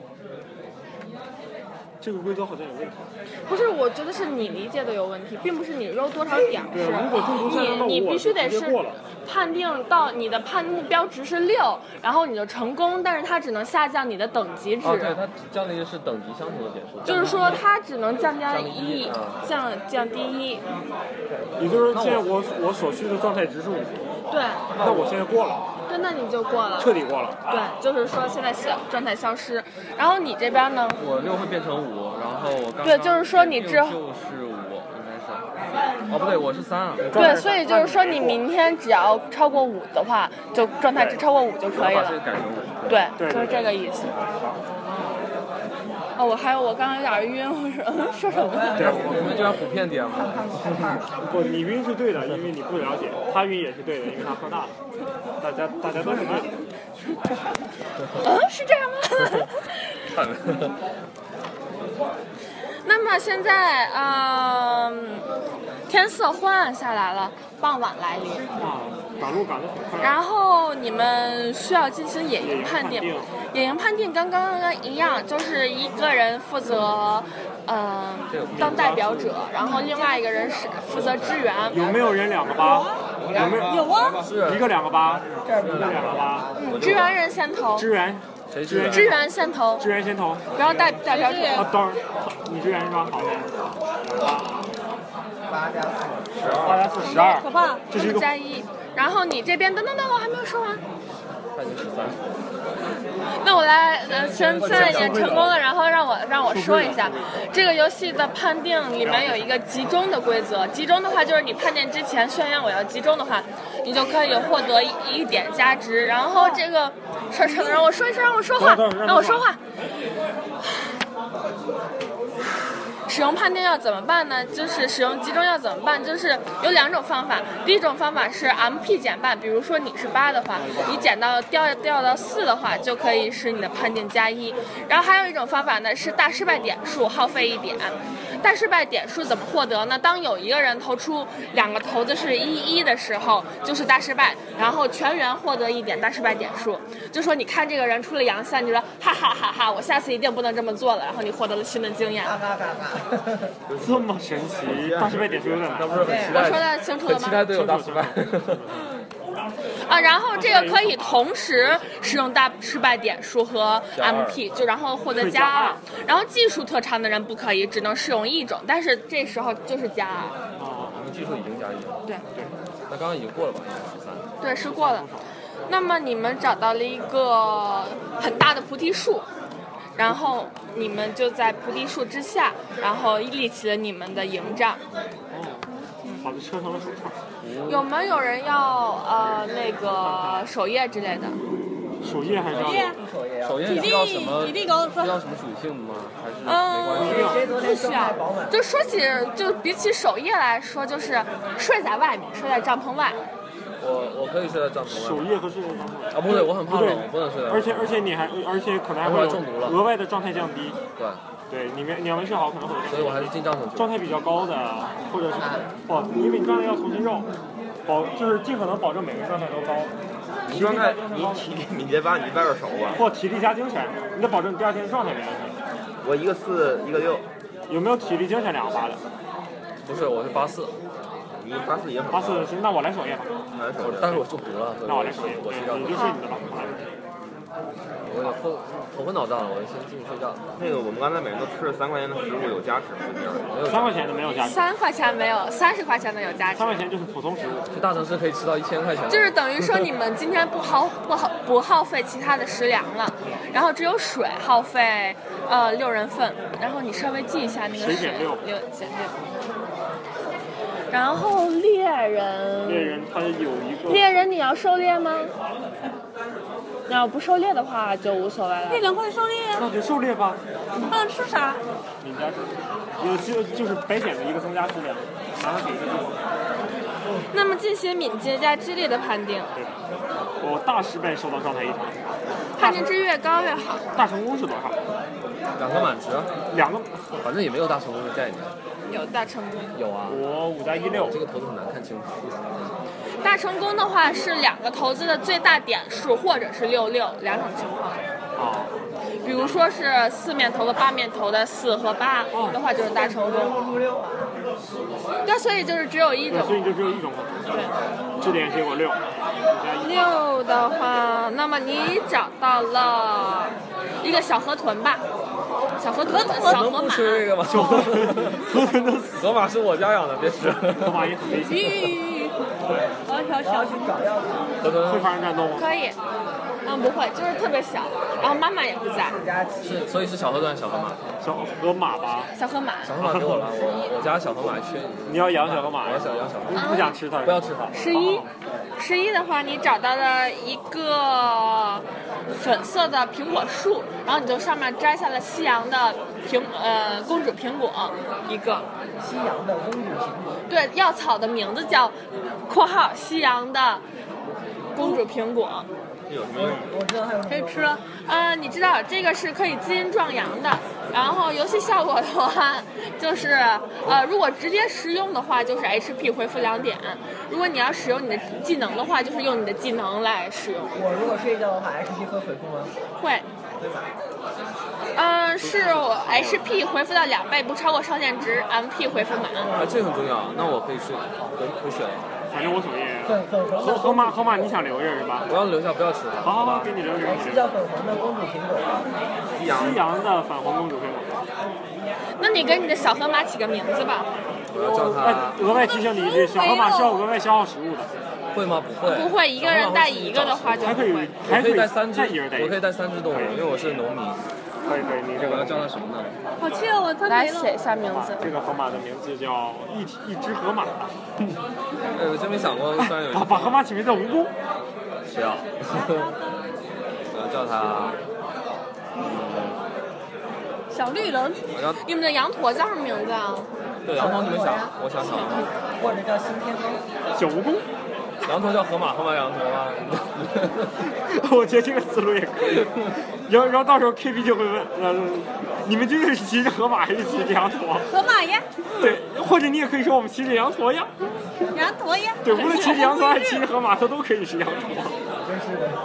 这个规则好像有问题。 不是，我觉得是你理解的有问题，并不是你揉多少点对，如果中毒下降到五， 你你必须得是判定到你的判目标值是六，然后你就成功，但是它只能下降你的等级值。 哦，对，它降低的是等级相同的点数。 就是说，它只能降降一，降降低一。 也就是说，现在我我所需的状态值是五。 对。 那我现在过了。 对，那你就过了。 彻底过了。 对，就是说现在消状态消失，然后你这边呢？ 我六会变成五，然后我刚刚对，就是说你之后就是五，应该是。哦，不对，我是三啊。 对，所以就是说你明天只要超过五的话，就状态值超过五就可以了。 把这个改成五。 对，就是这个意思。 哦，我还有我刚刚有点晕，我说嗯说什么？ 对， 我们就要普遍点嘛。 不，你晕是对的，因为你不了解；他晕也是对的，因为他喝大了。大家大家都是对的。 嗯，是这样吗？ 看了。 那么现在，嗯，天色昏暗下来了，傍晚来临。 啊，赶路赶得很快。 然后你们需要进行野营判定。野营判定跟刚刚一样，就是一个人负责，嗯、呃，当代表者，然后另外一个人是负责支援。 有没有人两个八？有没有？ 有啊。 一个两个八，一个两个八。 嗯，支援人先投。 支援。 谁支援？ 支援先投。 支援先投。 不要代代表者。 啊，等会儿，你支援是吧？好的。 八加四， 十二。八加四，十二。 可怕。 这是一个加一。然后你这边，等等等，我还没有说完。 他已经十三。 那我来，呃，现现在已经成功了，然后让我让我说一下，这个游戏的判定里面有一个集中的规则。集中的话，就是你判定之前宣扬我要集中的话，你就可以获得一一点加值。然后这个事儿，让我说一声，让我说话，让我说话。使用判定要怎么办呢？就是使用集中要怎么办？就是有两种方法。第一种方法是 M P 减半，比如说你是八的话，你减到掉掉到四的话，就可以使你的判定加一。然后还有一种方法呢是大失败点数，耗费一点。大失败点数怎么获得呢？当有一个人投出两个骰子是一一的时候，就是大失败，然后全员获得一点大失败点数。就说你看这个人出了阳线，你说哈哈哈哈，我下次一定不能这么做了，然后你获得了新的经验。 这么神奇，大失败点数有点大， 不是很期待。 我说的清楚了吗？ 很期待队友大失败。 啊，然后这个可以同时使用大失败点数和 M P， 就然后获得加二。然后技术特长的人不可以，只能使用一种，但是这时候就是加二。 哦，我们技术已经加一了。 对。 那刚刚已经过了吧？十三。 对，是过了。那么你们找到了一个很大的菩提树。然后你们就在菩提树之下，然后立起了你们的营帐。 哦，好的，车上的手串。 有没有人要呃那个首页之类的？ 首页还是要？ 首页需要什么？ 体力高， 需要什么属性吗？还是嗯， 没关系？ 不需要。就说起，就比起首页来说，就是睡在外面，睡在帐篷外。 我我可以睡在帐篷外。 首页和睡在帐篷啊，不对，我很怕冷，我不能睡在。 而且而且你还而且可能还会有中毒了， 额外的状态降低。 对。 对，你没你要没睡好，可能会。 所以我还是进帐篷去。 状态比较高的，或者是哦，因为你状态要重新肉，保就是尽可能保证每个状态都高。 你状态，你体力敏捷八，你掰着手吧。 或体力加精神，你得保证第二天的状态没问题。 我一个四，一个六。 有没有体力精神两个八的？ 不是，我是八四。 你八四也很。 八四行，那我来首页吧。 来首页。 但是我中毒了。 那我来首页， 我睡觉。 你就睡你的吧。 我有点头头昏脑胀了，我先进去睡觉。 那个，我们刚才每人都吃了三块钱的食物，有加持吗？ 没有。 三块钱的没有加持。 三块钱没有，三十块钱的有加持。 三块钱就是普通食物。 去大城市可以吃到一千块钱。 就是等于说你们今天不耗不耗不耗费其他的食粮了，然后只有水耗费呃六人份，然后你稍微记一下那个水减六六减六。然后猎人。 猎人他有一个。 猎人你要狩猎吗？你要不狩猎的话就无所谓了。 猎人会狩猎。 那就狩猎吧。 他能吃啥？ 你加有就就是白显的一个增加食粮，然后给一个地方。 那么进行敏捷加智力的判定。 对。我大失败受到状态一场。 判定值越高越好。 大成功是多少？ 两个满值。 两个， 反正也没有大成功的概念。 有大成功。 有啊。 我五加一六。 这个头子很难看清楚。 大成功的话是两个骰子的最大点数，或者是六六两种情况。 啊。 比如说是四面头和八面头的四和八的话，就是大成功。对，所以就是只有一种。 所以就只有一种。 对。 质点结果六。 六的话，那么你找到了一个小河豚吧？小河豚，小河马。 不吃这个吗？小河豚的死。河马是我家养的，别吃。 河马也很危险。 鱼鱼鱼。 我要小小去找河豚会发生战斗吗？ 可以。 嗯，不会，就是特别小，然后妈妈也不在。 是，所以是小河段小河马。 小河马吧？ 小河马。 小河马给我了，我我家小河马缺。 你要养小河马？ 我要想养小河马。 不想吃它？ 不要吃它。 十一，十一的话，你找到了一个粉色的苹果树，然后你就上面摘下了西洋的苹呃公主苹果一个。 西洋的公主苹果。 对，药草的名字叫（括号西洋的公主苹果）。 有什么用？ 我知道它有可以吃了。 呃，你知道这个是可以基因壮阳的，然后游戏效果的话，就是呃，如果直接食用的话，就是 H P 恢复两点；如果你要使用你的技能的话，就是用你的技能来使用。 我如果睡觉的话 ，H P 会恢复吗？ 会。嗯、呃，是 H P 恢复到两倍，不超过上限值 ，M P 恢复满。 啊，这很重要。那我可以睡，可以可以选。 反正我首页。 粉粉红河河马河马，你想留着是吧？ 我要留下，不要吃它。 好好好，给你留着。 是叫粉红的公主苹果。 西洋的粉红公主苹果。 那你给你的小河马起个名字吧。 我要叫它。 额外提醒你一句，小河马需要额外消耗食物的。 会吗？不会。 不会，一个人带一个的话就还可以， 还可以带三只， 我可以带三只动物，因为我是农民。 可以可以，你这个要叫它什么呢？ 好气哦，我真来没了。 写一下名字。 这个河马的名字叫一一只河马。 哎，我真没想过，突然有。 把把河马起名叫蜈蚣。 不要。我要叫它。 小绿人。 你们的羊驼叫什么名字啊？ 对，羊驼你们想，我想想。 或者叫新天猫。 小蜈蚣。 羊驼叫河马，河马羊驼吗？ 我觉得这个思路也可以。然后，然后到时候 K P 就会问，呃，你们究竟是骑着河马还是骑着羊驼？ 河马呀。 对，或者你也可以说我们骑着羊驼呀。 羊驼呀。 对，无论骑着羊驼还是骑着河马，它都可以是羊驼。 真是的。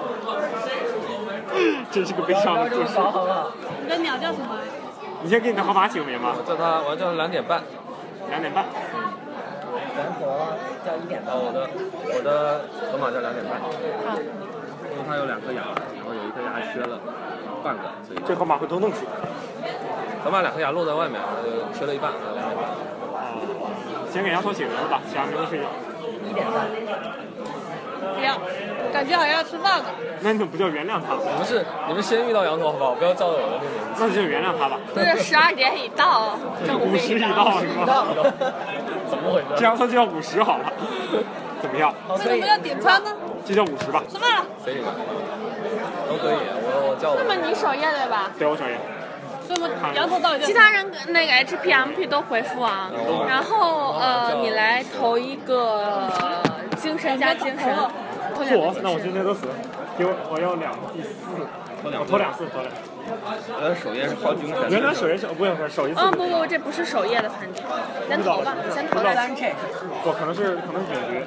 真是个悲伤的故事。 你的鸟叫什么？ 你先给你的河马起个名吧。 我叫它，我要叫它两点半。 两点半。 羊驼叫一点半。 我的我的河马叫两点半。好。因为它有两颗牙，然后有一颗牙缺了半个，所以这河马会多弄死。 河马两颗牙落在外面，它就缺了一半，两点半。 啊，先给羊驼起名吧，其他名字睡觉。 一点半。 不要，感觉好像要吃饭了。 那你怎么不叫原谅他？ 你们是你们先遇到羊驼好不好？不要照着我的那个名字。 那就原谅他吧。 这是十二点已到， 五十已到是吧？ 怎么回事？ 这样它就叫五十好了。怎么样？ 这怎么要点餐呢？ 这叫五十吧。 吃饭了。 可以的，都可以。我我叫我。 那么你首页对吧？ 对，我首页。 那么羊驼到底？ 其他人那个 H P M P 都回复啊，然后呃，你来投一个精神加精神。 嚯，那我今天都死了。给我，我要两第四，我投两次，投两次。 呃，首页是好精神。 原来首页是不用首一次。 嗯，不不，这不是首页的盘点，先投吧，先投再说。 不，可能是可能是总局。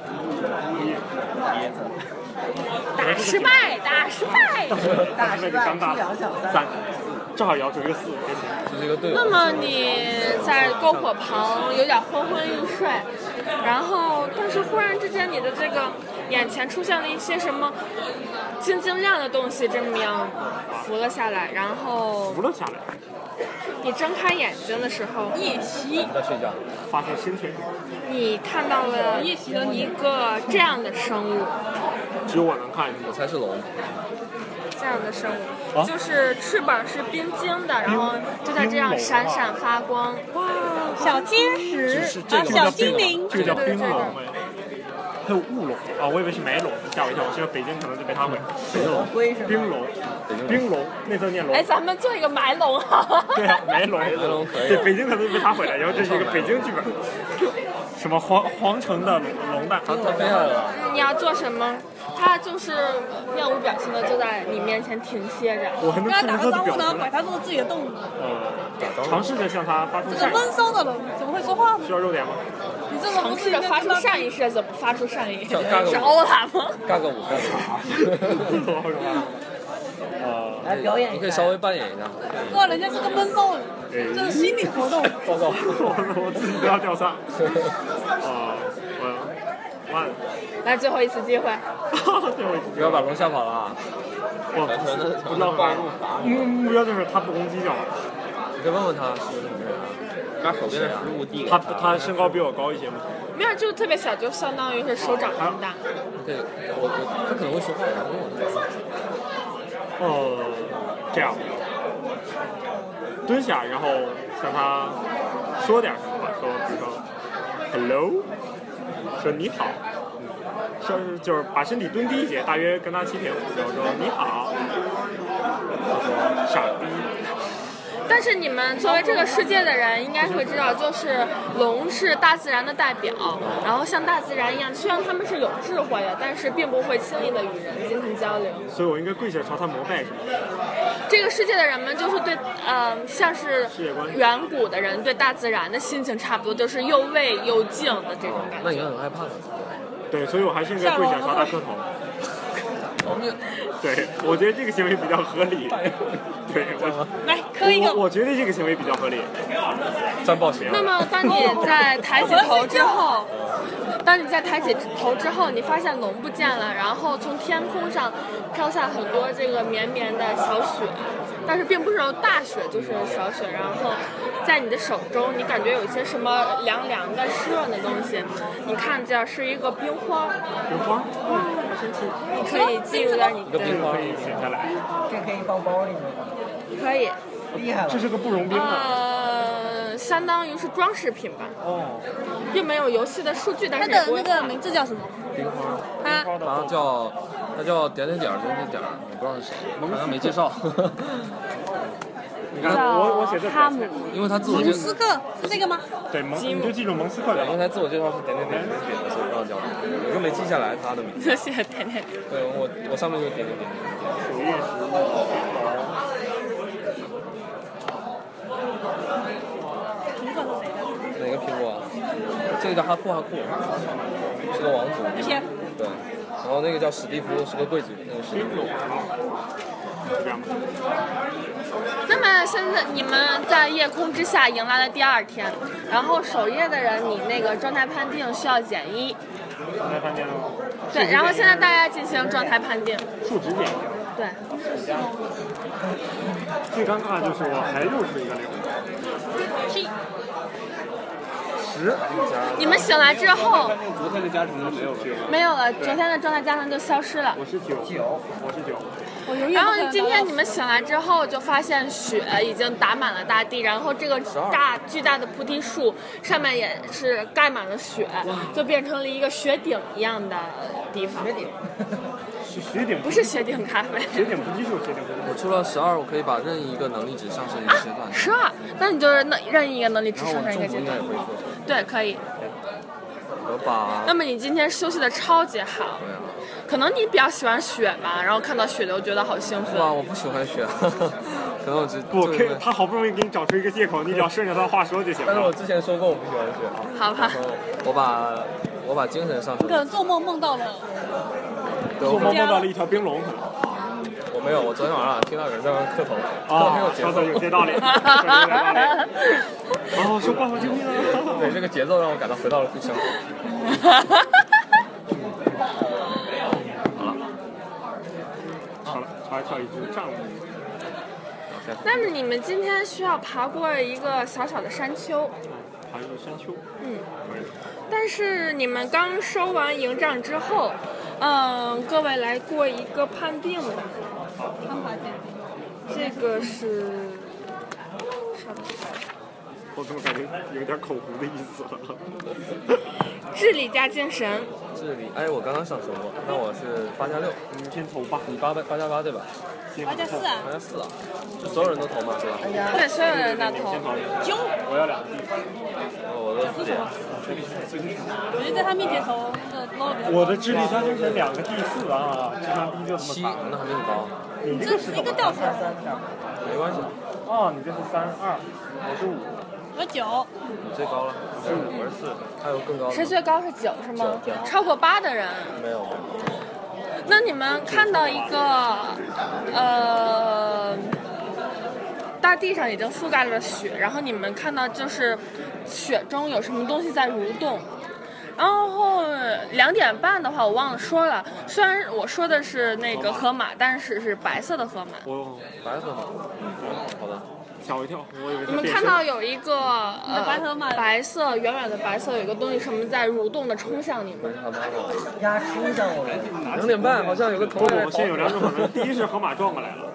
打失败，打失败。 打失败，尴尬了。三，正好摇出一个四， 这是一个队友。 那么你在篝火旁有点昏昏欲睡，然后但是忽然之间你的这个眼前出现了一些什么晶晶亮的东西，这么样浮了下来，然后浮了下来。 你睁开眼睛的时候， 夜袭在睡觉， 发现身体， 你看到了一个这样的生物， 只有我能看， 我才是龙。 这样的生物，啊、就是翅膀是冰晶的，然后就在这样闪闪发光。哇， 小天使啊，小精灵， 这个叫冰龙。还有雾龙啊，我以为是梅龙，吓我一跳。我觉得北京可能就被它毁。冰龙，冰龙，冰龙，那字念龙。 哎，咱们做一个埋龙好。 对啊，埋龙， 埋龙可以。 对，北京可能就被它毁了。然后这是一个北京剧本，什么皇皇城的龙蛋， 它它飞下来了。 你要做什么？它就是面无表情的就在你面前停歇着。 我还能看打个招呼呢，把它做自己的动物。 呃，尝试着向它发出善意。 这个闷骚的人怎么会说话呢？ 需要肉点吗？ 你这个尝试着发出善意是怎么发出善意？ 是欧拉吗？ 干个舞，干个舞。 呃， 来表演， 你可以稍微扮演一下。 哥，人家是个闷骚人，这是心理活动。 糟糕， 我自己都要掉散。啊，我完。 来，最后一次机会。 最后一次， 不要把龙吓跑了啊！ 我不知道暴露法。目目标就是他不攻击就好。 你可以问问他是什么人啊？ 把手边的食物递给他。他身高比我高一些吗？ 没有，就特别小，就相当于是手掌这么大。 对，我我他可能会说话，然后问我。 呃，这样蹲下，然后向他说点什么吧，说比如说 hello， 说你好，说就是把身体蹲低一些，大约跟他齐平，然后说你好，他说傻逼。 但是你们作为这个世界的人，应该会知道，就是龙是大自然的代表，然后像大自然一样，虽然他们是有智慧的，但是并不会轻易的与人进行交流。 所以我应该跪下朝他膜拜，是吗？ 这个世界的人们就是对，呃，像是远古的人对大自然的心情差不多，就是又畏又敬的这种感觉。 那你很害怕的。 对，所以我还是应该跪下朝他磕头。对，我觉得这个行为比较合理。对，我来磕一个。 我我觉得这个行为比较合理。 沾抱鞋。 那么，当你在抬起头之后，当你在抬起头之后，你发现龙不见了，然后从天空上飘下很多这个绵绵的小雪，但是并不是有大雪，就是小雪。然后在你的手中，你感觉有一些什么凉凉的、湿润的东西，你看着是一个冰花。 冰花？ 哇，神奇！你可以记录在你的。 冰花可以写下来。 这可以放包里吗？ 可以。 厉害了。 这是个不融冰啊。 呃，相当于是装饰品吧。 哦。 并没有游戏的数据，但是它的那个名字叫什么？ 冰花。 它它叫它叫点点点点点点，我不知道是谁，好像没介绍。 你看我我写的哈姆， 因为他自我介蒙斯克是这个吗？ 对，蒙你就记住蒙斯克的， 因为他自我介绍是点点点点点的，所以不知道叫什么，我就没记下来他的名字。 就写点点点。 对我我上面就点点点。 首页是。 苹果是谁的？ 哪个苹果啊？这个叫哈库哈库，是个王族。 这些。 对，然后那个叫史蒂夫，是个贵族，那个史蒂夫。 那么现在你们在夜空之下迎来了第二天，然后首页的人你那个状态判定需要减一。 状态判定。 对，然后现在大家进行状态判定。 数值减。 对。 最尴尬就是我还又是一个零。 七。 十。 你们醒来之后。 昨天的加成没有了。 没有了，昨天的状态加成就消失了。 我是九。九。我是九。 然后今天你们醒来之后，就发现雪已经打满了大地，然后这个大巨大的菩提树上面也是盖满了雪，就变成了一个雪顶一样的地方。 雪顶。 雪顶不是雪顶咖啡。 雪顶菩提树，雪顶菩提树。 我出了十二，我可以把任意一个能力值上升一个阶段。 十二，那你就是那任意一个能力值上升一个阶段。 然后我中途应该也会说。 对，可以。 我把。 那么你今天休息的超级好。 对啊。 可能你比较喜欢雪吧，然后看到雪就觉得好兴奋。 哇，我不喜欢雪，可能我只不，他好不容易给你找出一个借口，你只要顺着他的话说就行了。 但是我之前说过我不喜欢雪。 好吧。 我把我把精神上升。 可能做梦梦到了。 做梦梦到了一条冰龙。 我没有，我昨天晚上听到有人在那磕头， 啊，说的有些道理。哦，说话好救命啊！ 对，这个节奏让我感到回到了故乡。 还跳一支障碍。 那么你们今天需要爬过一个小小的山丘。 爬一个山丘。 嗯。但是你们刚收完营帐之后，嗯，各位来过一个判定吧。 攀爬鉴定。这个是。 我怎么感觉有点口胡的意思了？ 智力加精神。 智力，哎，我刚刚上升过，那我是八加六， 你先投吧。 你八八加八对吧？ 八加四啊。 八加四啊，就所有人都投嘛，对吧？ 对，所有人都投。 九。 我要两个地。 哦，我的四点。 我觉得在他面前投的捞的比较高。 我的智力加精神两个第四啊，智商低就这么七，那还没你高。 你这个是一个掉出来。 没关系。 哦，你这是三二，我是五。 我九。 你最高了，我是五，我是四，还有更高的。 谁最高是九是吗？超过八的人。 没有。 那你们看到一个，呃，大地上已经覆盖了雪，然后你们看到就是雪中有什么东西在蠕动。然后两点半的话，我忘了说了，虽然我说的是那个河马，但是是白色的河马。 哦， 白色的。好的。 吓我一跳，我以为你们看到有一个呃白河马， 白色远远的白色有一个东西什么在蠕动的冲向你们。 压冲向我们。 两点半好像有个头。 不，我现在有两种可能，第一是河马撞过来了，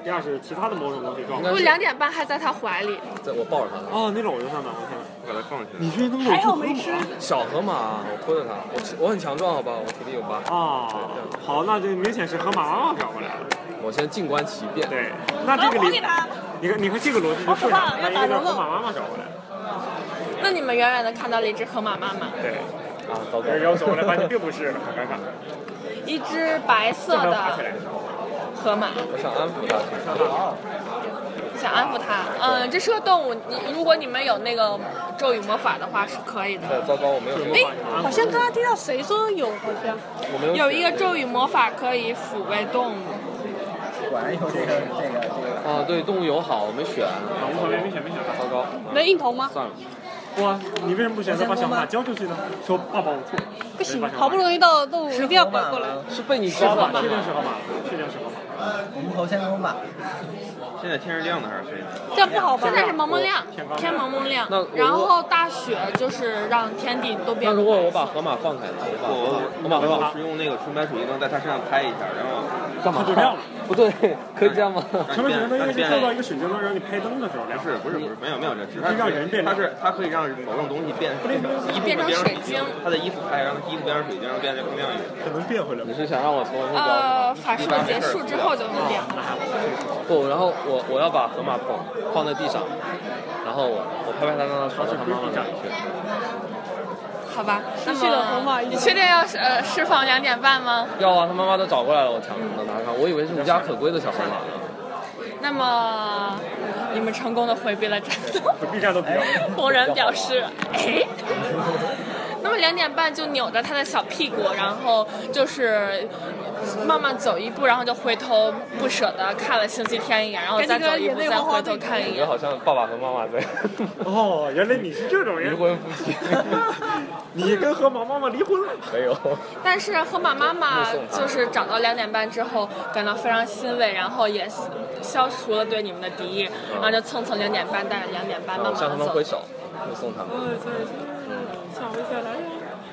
第二是其他的某种东西撞。 不，两点半还在他怀里。 在我抱着他。 哦，你搂着他呢，我天！ 我把它放下。 你居然能搂住河马？ 小河马，我拖着它，我我很强壮，好吧，我体力有八。 啊，好，那就明显是河马妈妈找过来了。 我先静观其变。 对，那这个理，你看，你看这个逻辑就顺畅，那应该是河马妈妈找过来。 那你们远远的看到了一只河马妈妈。 对。 啊，糟糕！ 然后走过来发现并不是，很尴尬。 一只白色的河马。 我想安抚它， 想安抚它。嗯，这是个动物，你如果你们有那个咒语魔法的话是可以的。 对，糟糕，我没有。 哎，好像刚刚听到谁说有，好像。 我没有。 有一个咒语魔法可以抚慰动物。 果然有这个这个这个。 啊，对，动物友好，我没选。 无所谓，没选没选。 糟糕。 能硬头吗？ 算了。 哇，你为什么不选择把小马交出去呢？说爸爸我错。 不行，好不容易到动物，一定要跑过来。 是被你抓的， 确定是河马，确定是河马。 我们头先公马。 现在天是亮的还是黑的？ 这样不好吧？ 现在是蒙蒙亮，天蒙蒙亮。然后大雪就是让天地都变。 那如果我把河马放开呢？ 我我把河马是用那个纯白水晶灯在它身上拍一下，然后干嘛？ 就亮了。 不对，可以这样吗？ 纯白水晶灯应该是跳到一个水晶灯，让你拍灯的时候亮。 不是不是不是，没有没有这，只是让人变， 它是它可以让某种东西变一变成水晶， 它的衣服拍，让它衣服变成水晶，让它变得更亮一点。 可能变回来。 你是想让我从那个呃法术结束之后就能变回来？ 不，然后我我要把河马放放在地上，然后我拍拍它，让它朝着它妈妈那里去。 好吧，那么你确定要呃释放两点半吗？ 要啊，他妈妈都找过来了，我抢能拿上，我以为是无家可归的小河马呢。 那么你们成功的回避了战斗。 回避战斗比较。 红人表示，哎。那么两点半就扭着他的小屁股，然后就是慢慢走一步，然后就回头不舍得看了星期天一眼，然后再走一步，再回头看一眼。 好像爸爸和妈妈在。 哦，原来你是这种人。 离婚夫妻。 你跟河马妈妈离婚了？ 没有。 但是河马妈妈就是找到两点半之后，感到非常欣慰，然后也消除了对你们的敌意，然后就蹭蹭两点半，带着两点半慢慢的走。 向他们挥手，就送他们。 想不起来了。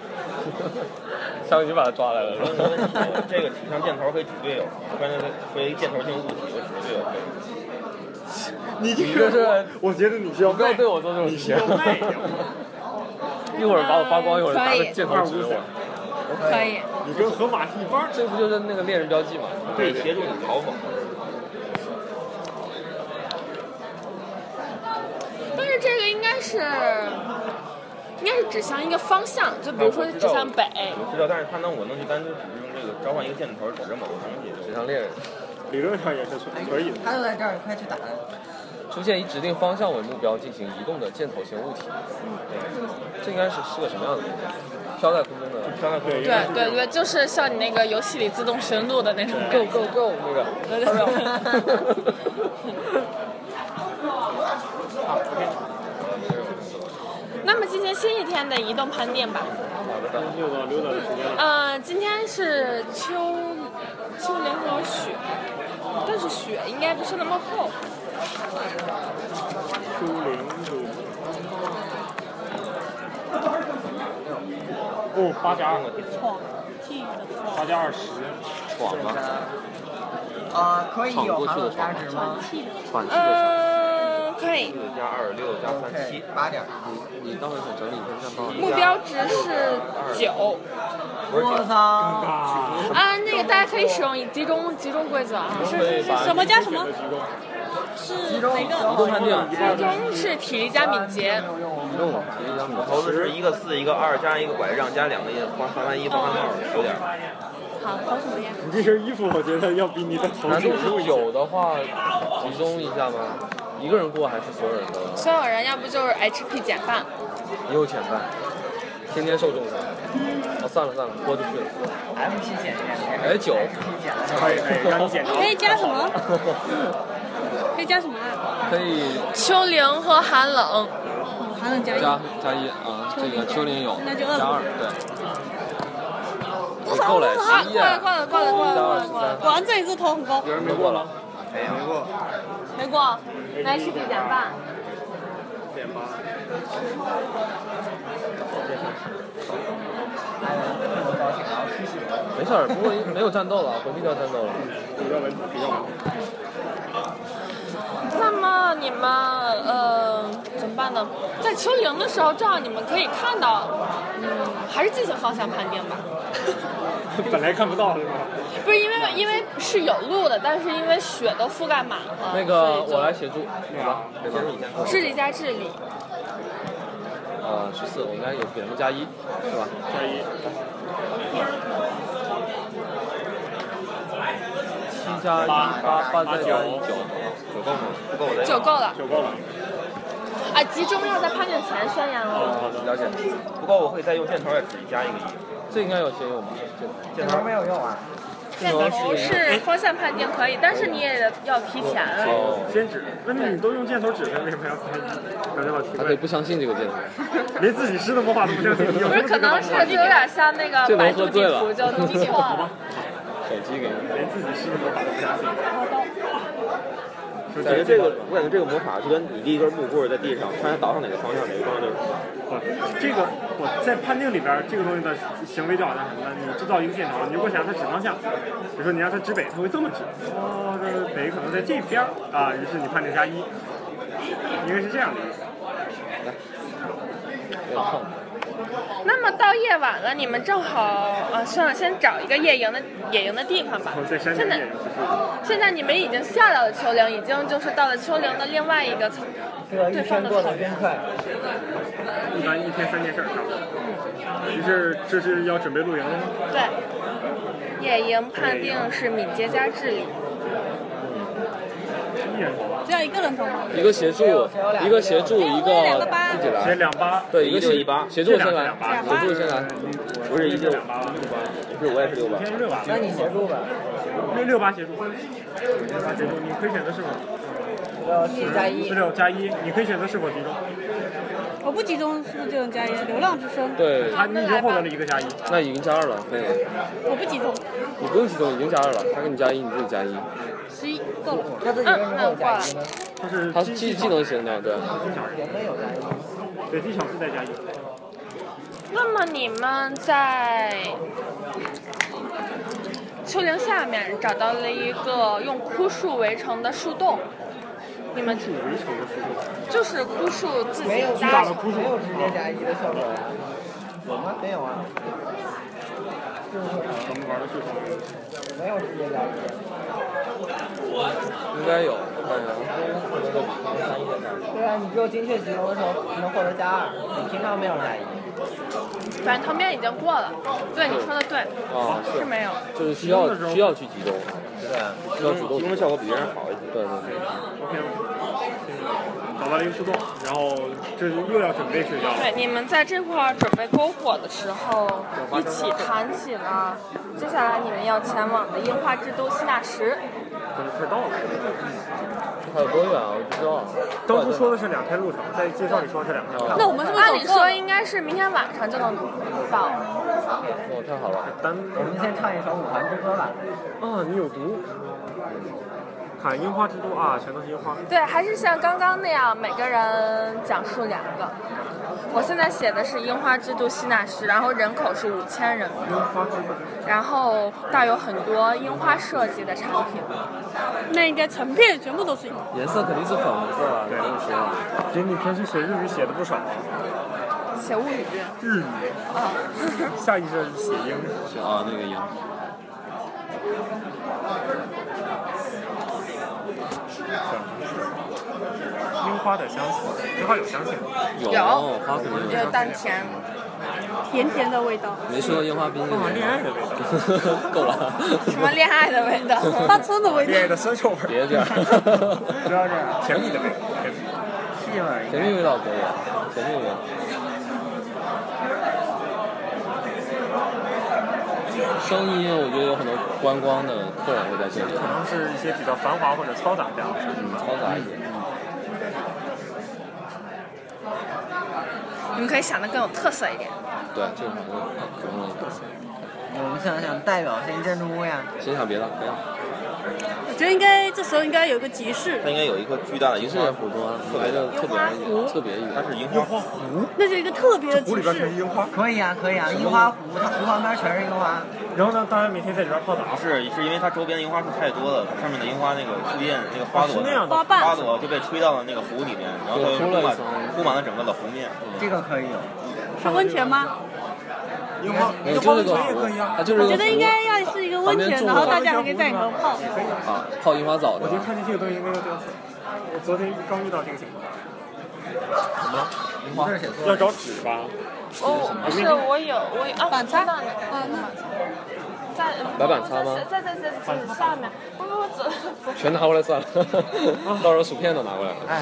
上去把他抓来了。 这个指向箭头可以指队友，不然会一箭头性物体，我指队友可以。 你这是，我觉得你是要不要对我做这种事情。一会儿把我发光，一会儿拿个箭头指我。 可以。 你跟河马一般， 这不就是那个猎人标记吗？ 对，协助你逃跑。 但是这个应该是。应该是指向一个方向，就比如说指向北。 我知道，但是他能，我能一般就只是用这个召唤一个箭头指着某个东西， 指向猎人。 理论上也是可以的。 他就在这儿，你快去打。 出现以指定方向为目标进行移动的箭头型物体。嗯，这应该是是个什么样的东西？飘在空中的， 飘在空中。 对对对，就是像你那个游戏里自动寻路的那种。 Go go go 那个。 对对对。 好 ，OK。 那么进行新一天的移动盘点吧。 溜达溜达的时间了。 呃，今天是秋秋零和雪，但是雪应该不是那么厚。 秋零就。哦，八加二。八加二十。 闯吗？ 啊，可以有航路加值吗？ 嗯，可以。 四加二六加三七， 八点。 你到时候整理一下报。 目标值是九。 我操！ 啊，那个大家可以使用集中集中规则啊。 是是是，什么加什么？是哪个？ 移动判定。 集中是体力加敏捷。 用体力加敏捷。 我投的是一个四一个二加一个拐杖加两个防防寒衣防寒帽，有点。 好，投什么呀？ 你这身衣服我觉得要比你的头难度是九的话，集中一下吗？一个人过还是所有人的？ 所有人，要不就是 H P 减半。 又减半，天天受重伤。哦，算了算了，豁出去了。 F P 减一哎，九。 可以可以，让你减。 可以加什么？可以加什么啊？ 可以。 秋零和寒冷。 寒冷加一。 加加一啊，这个秋零有。 那就加二，对。 够了， 十一。过了过了过了过了过了。 果然这一次头很高。 有人没过了。 没过。 没过，那 H P 减半。 点八。 没事儿，不过没有战斗了，回避掉战斗了。 比较稳，比较稳。 那么你们呃怎么办呢？在丘陵的时候，正好你们可以看到，嗯，还是进行方向判定吧。 本来看不到是吧？ 不是因为因为是有路的，但是因为雪都覆盖满了。 那个我来协助，好吧？ 协助一下。 智力加智力。 呃，十四，我应该有给他们加一，是吧？ 加一。 七加一八，八再加一九， 九够吗？不够我再。 九够了。 九够了。 啊，集中要在判定前宣言了。 好的，了解。 不过我会再用箭头再自己加一个一。 这应该有先用吧？ 箭头没有用啊。 箭头是方向判定可以，但是你也要提前。 哦。 先指，那你都用箭头指分，为什么要加一？感觉好奇怪。 他可以不相信这个箭头。 连自己施的魔法都不相信。 不是，可能是就有点像那个百度地图就弄错了。 手机给你， 连自己施的魔法都不相信。 感觉这个，我感觉这个魔法就跟你立一根木棍在地上，看它倒向哪个方向，哪个方向就是。 不，这个我在判定里边，这个东西的行为就好像什么呢？你制造一个箭头，你如果想让它指方向，比如说你让它指北，它会这么指。哦，这个北可能在这边啊，于是你判定加一，应该是这样的意思。 好。那么到夜晚了，你们正好呃，算了，先找一个野营的野营的地方吧。现在现在你们已经下到了丘陵，已经就是到了丘陵的另外一个层对方的草原。 一般一天三件事，差不多。于是这是要准备露营了吗？ 对，野营判定是敏捷加智力。 只要一个人头吗？ 一个协助，一个协助，一个自己来。 先两八， 对，一个六一八， 协助先来，协助先来。 不是一六八，不是我也是六八。 先六八， 那你协助吧。 六六八协助，六八协助，你可以选择是否。 四加一。 四六加一，你可以选择是否集中。 我不集中是不是就能加一？流浪之声。 对， 他你已经获得了一个加一。 那已经加二了，可以了。 我不集中。 你不用集中，已经加二了。他给你加一，你自己加一。 十一够了。 他自己为什么有加一呢？ 他是他技技能型的，对。 也可以有加一。 对，技巧自带加一。 那么你们在丘陵下面找到了一个用枯树围成的树洞。你们围成的树洞。 就是枯树自己搭的。 没有直接加一的效果呀？有吗？没有啊。 我们玩的是什么？ 没有直接加一。 应该有，看一下。 对啊，你只有精确集中的时候能获得加二，你平常没有加一。 反正藤边已经过了，对你说的对， 啊是没有， 就是需要需要去集中， 对啊， 需要主动集中的效果比别人好一些。 对对对。 OK， 找到了一个树洞，然后这又要准备睡觉了。 对，你们在这块准备篝火的时候，一起谈起了接下来你们要前往的樱花之都希纳什。 快到了。 还有多远啊？我不知道。 当初说的是两天路程，在介绍里说是两天路程。 那我们是不是按理说应该是明天晚上就能到。 哦，太好了。 单我们先唱一首《五环之歌》吧。 啊，你有毒。看樱花之都啊，全都是樱花。 对，还是像刚刚那样，每个人讲述两个。我现在写的是樱花之都希纳什，然后人口是五千人， 樱花之都， 然后带有很多樱花设计的产品。 那应该成片全部都是樱花。 颜色肯定是粉红色啊， 对，觉得你平时写日语写的不少。 写物语。 日语。 啊。 下意识写英语。 啊，那个英。 樱花的香气，樱花有香气吗？ 有，花肯定有，有淡甜， 甜甜的味道。 没说樱花冰淇淋。 恋爱的味道。 够了。 什么恋爱的味道？ 发春的味道。 恋爱的酸臭味。 别这样。 不要这样。甜蜜的味道。 气味。 甜蜜味道可以，甜蜜味道。声音，我觉得有很多观光的客人会在这里。 可能是一些比较繁华或者嘈杂这样的声音， 嘈杂一点。 你们可以想的更有特色一点。 对，这个可能可能有特色。 我们想想代表性建筑物呀。 先想别的，不要。 觉得应该这时候应该有一个集市。 它应该有一棵巨大的樱花湖中啊，来的特别特别它是樱花湖， 那是一个特别的集湖里边全是市。 樱花。 可以啊，可以啊，樱花湖，它湖旁边全是樱花。 然后呢，大家每天在这边泡澡。 是是因为它周边的樱花树太多了，它上面的樱花那个树叶那个花朵， 花瓣花朵就被吹到了那个湖里面，然后它铺满铺满了整个的湖面。 这个可以有。 是温泉吗？ 樱花， 没有樱花就是个温泉也可以啊。 它就是我觉得应该要是一个温泉，然后大家还可以在里头泡。 啊，泡樱花澡的。 我就看见这个东西没有掉色。我昨天刚遇到这个情况。 什么？樱花要找纸吧？ 哦，不是，我有，我有啊， 板擦那啊，那在白板擦吗在在在在在下面，不不不，走走。 全拿过来算了，到时候薯片都拿过来了。 哎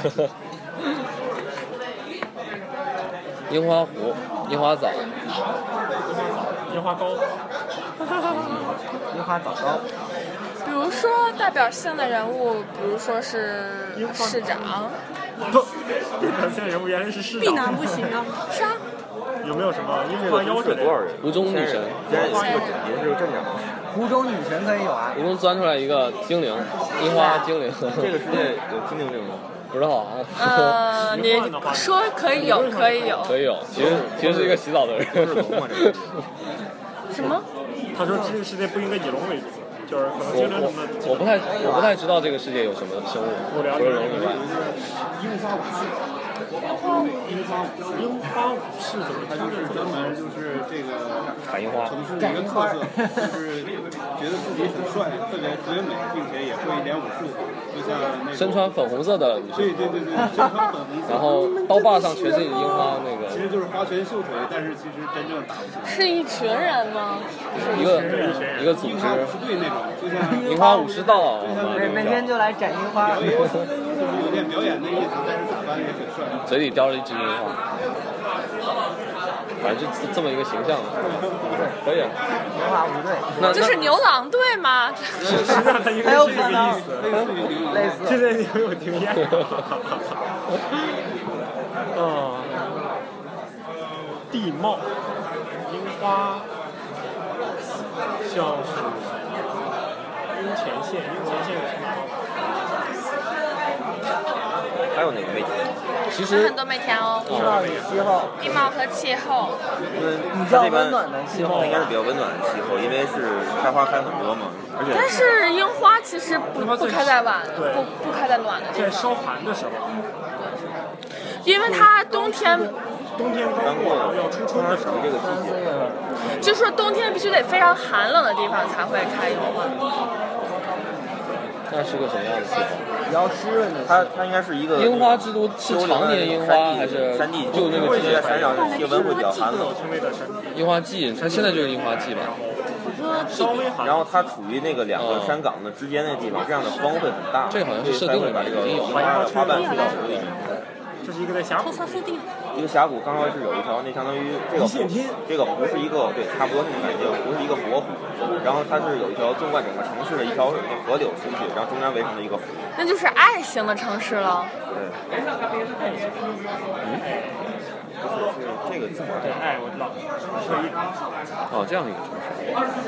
樱花湖、樱花澡、 樱花糕。 樱花枣糕。 比如说代表性的人物，比如说是市长。 不，代表性人物原来是市长。 避难不行啊。 是啊。 有没有什么樱这个花腰之类的？ 是多少人？ 湖中女神， 现在有一个也是个镇长。 湖中女神可以有啊。 湖中钻出来一个精灵，樱花精灵。 这个世界有精灵这种吗？ 不知道啊。 呃，你说可以有，可以有。 可以有，其实其实是一个洗澡的人。 什么？ 他说这个世界不应该以龙为主，就是可能精灵什么的。 我我不太我不太知道这个世界有什么生物，除了龙以外。 樱花武士。 樱花樱花樱花武士怎么？ 它就是专门就是这个采樱花， 城市的一个特色，就是觉得自己很帅，特别特别美，并且也会一点武术，就像那身穿粉红色的女生。 对对对对，身穿粉红色。 然后刀把上全是樱花那个。 其实就是花拳绣腿，但是其实真正打不起来。 是一群人吗？ 一个一个组织。 樱花武士队那种，就像樱花武士道， 每每天就来斩樱花。 就是有点表演的意思，但是打扮也很帅。 嘴里叼着一只樱花，反正就这么一个形象，可以。 樱花舞队， 那就是牛郎队吗？ 实际上它应该是这个意思， 类似。 现在你很有经验。嗯，地貌，樱花，像是樱前线，樱前线是什么？ 还有哪个媒体？ 其实很多每天哦。 地貌与气候。 地貌和气候。 嗯， 比较温暖的气候。 应该是比较温暖的气候，因为是开花开很多嘛，而且。 但是樱花其实不不开在晚，不不开在暖的地方。 在稍寒的时候。 因为它冬天。 冬天刚过，然后要初春的时候， 这个季节。 就说冬天必须得非常寒冷的地方才会开樱花。 那是个什么样的气候？ 比较湿润的。 它它应该是一个樱花之都，是常年樱花还是山地？ 就那个季节山上气温会比较寒冷。 樱花季，它现在就是樱花季吧？ 稍微寒。 然后它处于那个两个山岗的之间那个地方，这样的风会很大。 这个好像是设定的， 把这个樱花的花瓣吹到湖里面。 这是一个在峡谷。 一个峡谷刚好是有一条，那相当于这个湖，这个湖是一个对差不多那种感觉，湖是一个活湖，然后它是有一条纵贯整个城市的一条河流出去，然后中间围成了一个湖。 那就是爱情的城市了。 对。嗯。就是这个字母。 对，爱我知道。可以。 哦，这样的一个城市。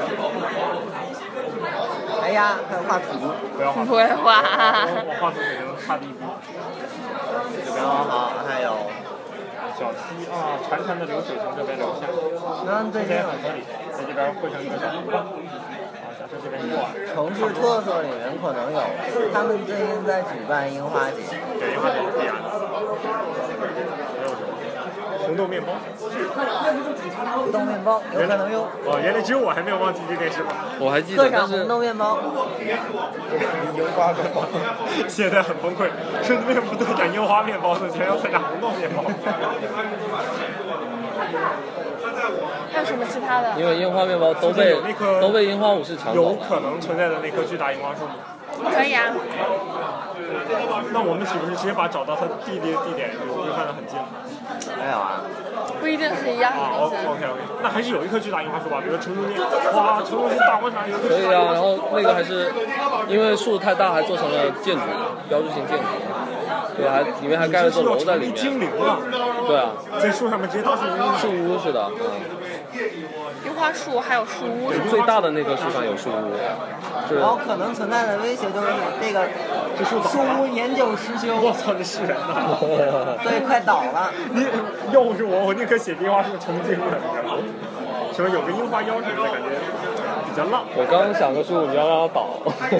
哎呀，还有画图。 不要画。 不会画。 我画图只能差第一步。 这边好，还有小溪啊，潺潺的流水从这边流下。 嗯，对对。 河里，在这边汇成一个小湖啊。假设这边过来。 城市特色里面可能有，他们最近在举办樱花节。 对，樱花节是必然的。还有什么？红豆面包。 红豆面包有可能有。 哦，原来只有我还没有忘记这件事吗？ 我还记得。 特产红豆面包。 樱花面包，现在很崩溃。身边不特产樱花面包的，全要特产红豆面包。 还有什么其他的？ 因为樱花面包都被都被樱花武士抢走了。 有可能存在的那棵巨大樱花树木。 可以啊。 那我们岂不是直接把找到它地理地点就规范的很近？ 没有啊。 不一定是一样的东西。 啊 ，OK OK， 那还是有一棵巨大樱花树吧，比如说城中间，哇，城中心大广场有一棵。 可以啊，然后那个还是因为树太大，还做成了建筑，标志性建筑。对，还里面还盖了座楼在里面。 精灵了。 对啊。 在树上面直接搭树屋。 树屋是的，嗯。 樱花树还有树屋。 最大的那棵树上有树屋。 然后可能存在的威胁就是这个树屋年久失修。 我操，这是人呐！ 对，快倒了。 你要是我，我宁可写樱花树成精了，你知道吗？什么有个樱花腰什么的感觉比较浪。 我刚想个树，你要让它倒。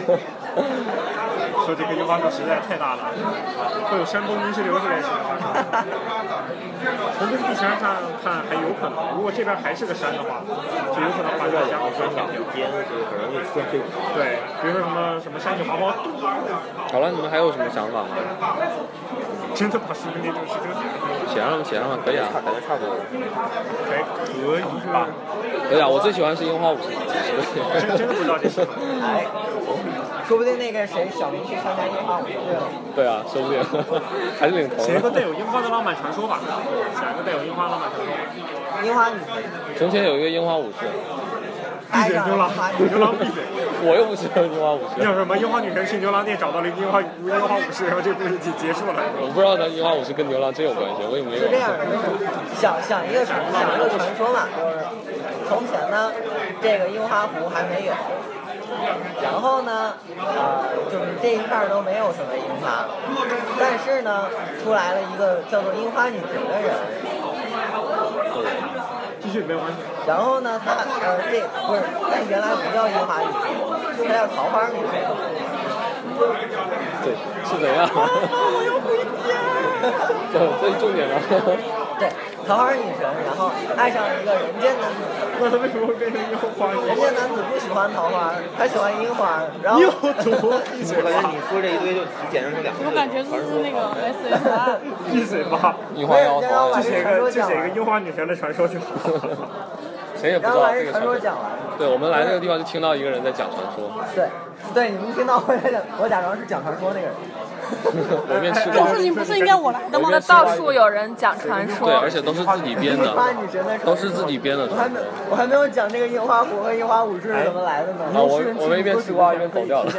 说这棵樱花树实在太大了，会有山崩泥石流之类的事情发生。从这个地形上看还有可能，如果这边还是个山的话，就有可能发生相互穿墙间，这个很容易出现这种。 对，比如说什么什么山体滑坡。 好了，你们还有什么想法吗？ 真的把树跟那种事情写上了，写上了，可以啊， 感觉差不多。 还可以吧？ 可以啊，我最喜欢是樱花武士。 真真的不知道这是。 哎，说不定那个谁小明去参加樱花武士了。 对啊，说不定还是领头。 写一个带有樱花的浪漫传说吧，写一个带有樱花浪漫传说。 樱花女神。 从前有一个樱花武士。 闭嘴，牛郎，牛郎闭嘴。 我又不是樱花武士。 叫什么？樱花女神去牛郎店找到了一个樱花樱花武士，然后这个故事就结束了。 我不知道咱樱花武士跟牛郎真有关系，我也没有。 是这样的，想想一个想一个传说嘛，就是从前呢，这个樱花湖还没有，然后呢，呃，就是这一片都没有什么樱花，但是呢，出来了一个叫做樱花女神的人。 继续没有关系。 然后呢，他呃，这不是，但原来不叫樱花女神，她叫桃花女神。 对，是怎样？ 我要回家。 这这是重点了。 对，桃花女神，然后爱上了一个人间男子。 那他为什么会变成樱花？ 人间男子不喜欢桃花，他喜欢樱花。然后又多闭嘴吧！ 你说这一堆就简直成两个。 我感觉就是那个 S S R。 闭嘴吧！ 樱花妖皇， 就写个就写一个樱花女神的传说就好了。 谁也不知道这个传说讲完。 对，我们来这个地方就听到一个人在讲传说。 对，对，你们听到我在讲，我假装是讲传说那个人。 我一边吃这事情不是应该我来的吗？ 到处有人讲传说。 对，而且都是自己编的。 樱花女神的都是自己编的。 我还没我还没有讲这个樱花湖和樱花武士是怎么来的呢。 啊，我我们一边吃瓜一边走掉了。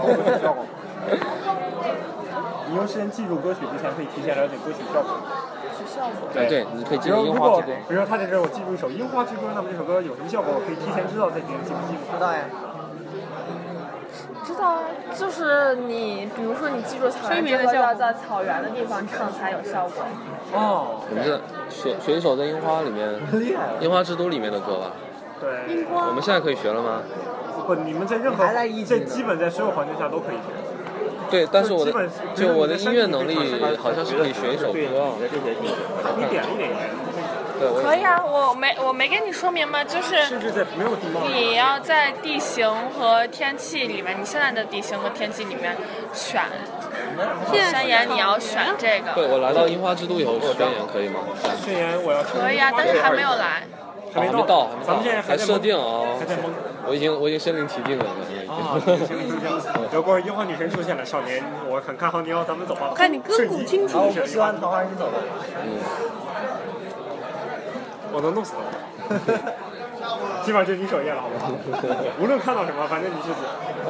你用事先记住歌曲之前，可以提前了解歌曲效果。 效果。 对对，你可以记住樱花之歌。 比如说他在这儿，我记住一首樱花之歌，那么这首歌有什么效果，我可以提前知道再决定记不记住。 知道呀。 知道啊，就是你，比如说你记住草原这个要在草原的地方唱才有效果。 哦。 我们是学学一首在樱花里面，樱花之都里面的歌吧。 对。 樱花。 我们现在可以学了吗？ 不，你们在任何在基本在所有环境下都可以学。 对，但是我的就我的音乐能力好像是可以学一首歌。 你点一点音。 对， 可以啊，我没我没跟你说明吗？就是你要在地形和天气里面，你现在的地形和天气里面选宣言，你要选这个。 对，我来到樱花之都以后，宣言可以吗？ 宣言我要。 可以啊，但是还没有来。 还没到， 咱们现在还设定啊。 还在蒙。 我已经我已经身临其境了。 啊，如果樱花女神出现了，少年，我很看好你哦，咱们走吧。 我看你歌舞倾情。 我不喜欢桃花，你走吧。 嗯。 我能弄死他。基本上就你首页了，好不好？无论看到什么，反正你是死。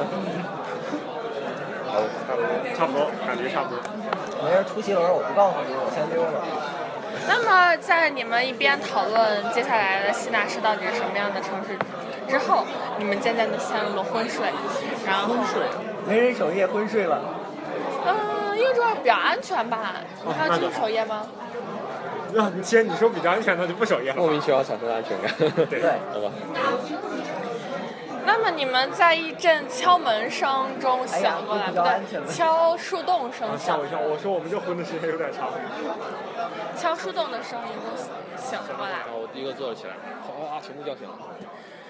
差不多，感觉差不多。 没人出奇轮，我不告诉你，我先溜了。 那么，在你们一边讨论接下来的希纳市到底是什么样的城市之后，你们渐渐的陷入了昏睡，然后昏睡，没人守夜昏睡了。 嗯，因为这样比较安全吧？你还要继续守夜吗？ 那既然你说比较安全，那就不守夜了。 莫名其妙产生安全感。 对， 好吧。 那么你们在一阵敲门声中醒过来，不对，敲树洞声响。 吓我一跳！我说我们这昏的时间有点长。 敲树洞的声音中醒过来。 然后我第一个坐了起来，哗哗哗，全部叫醒了。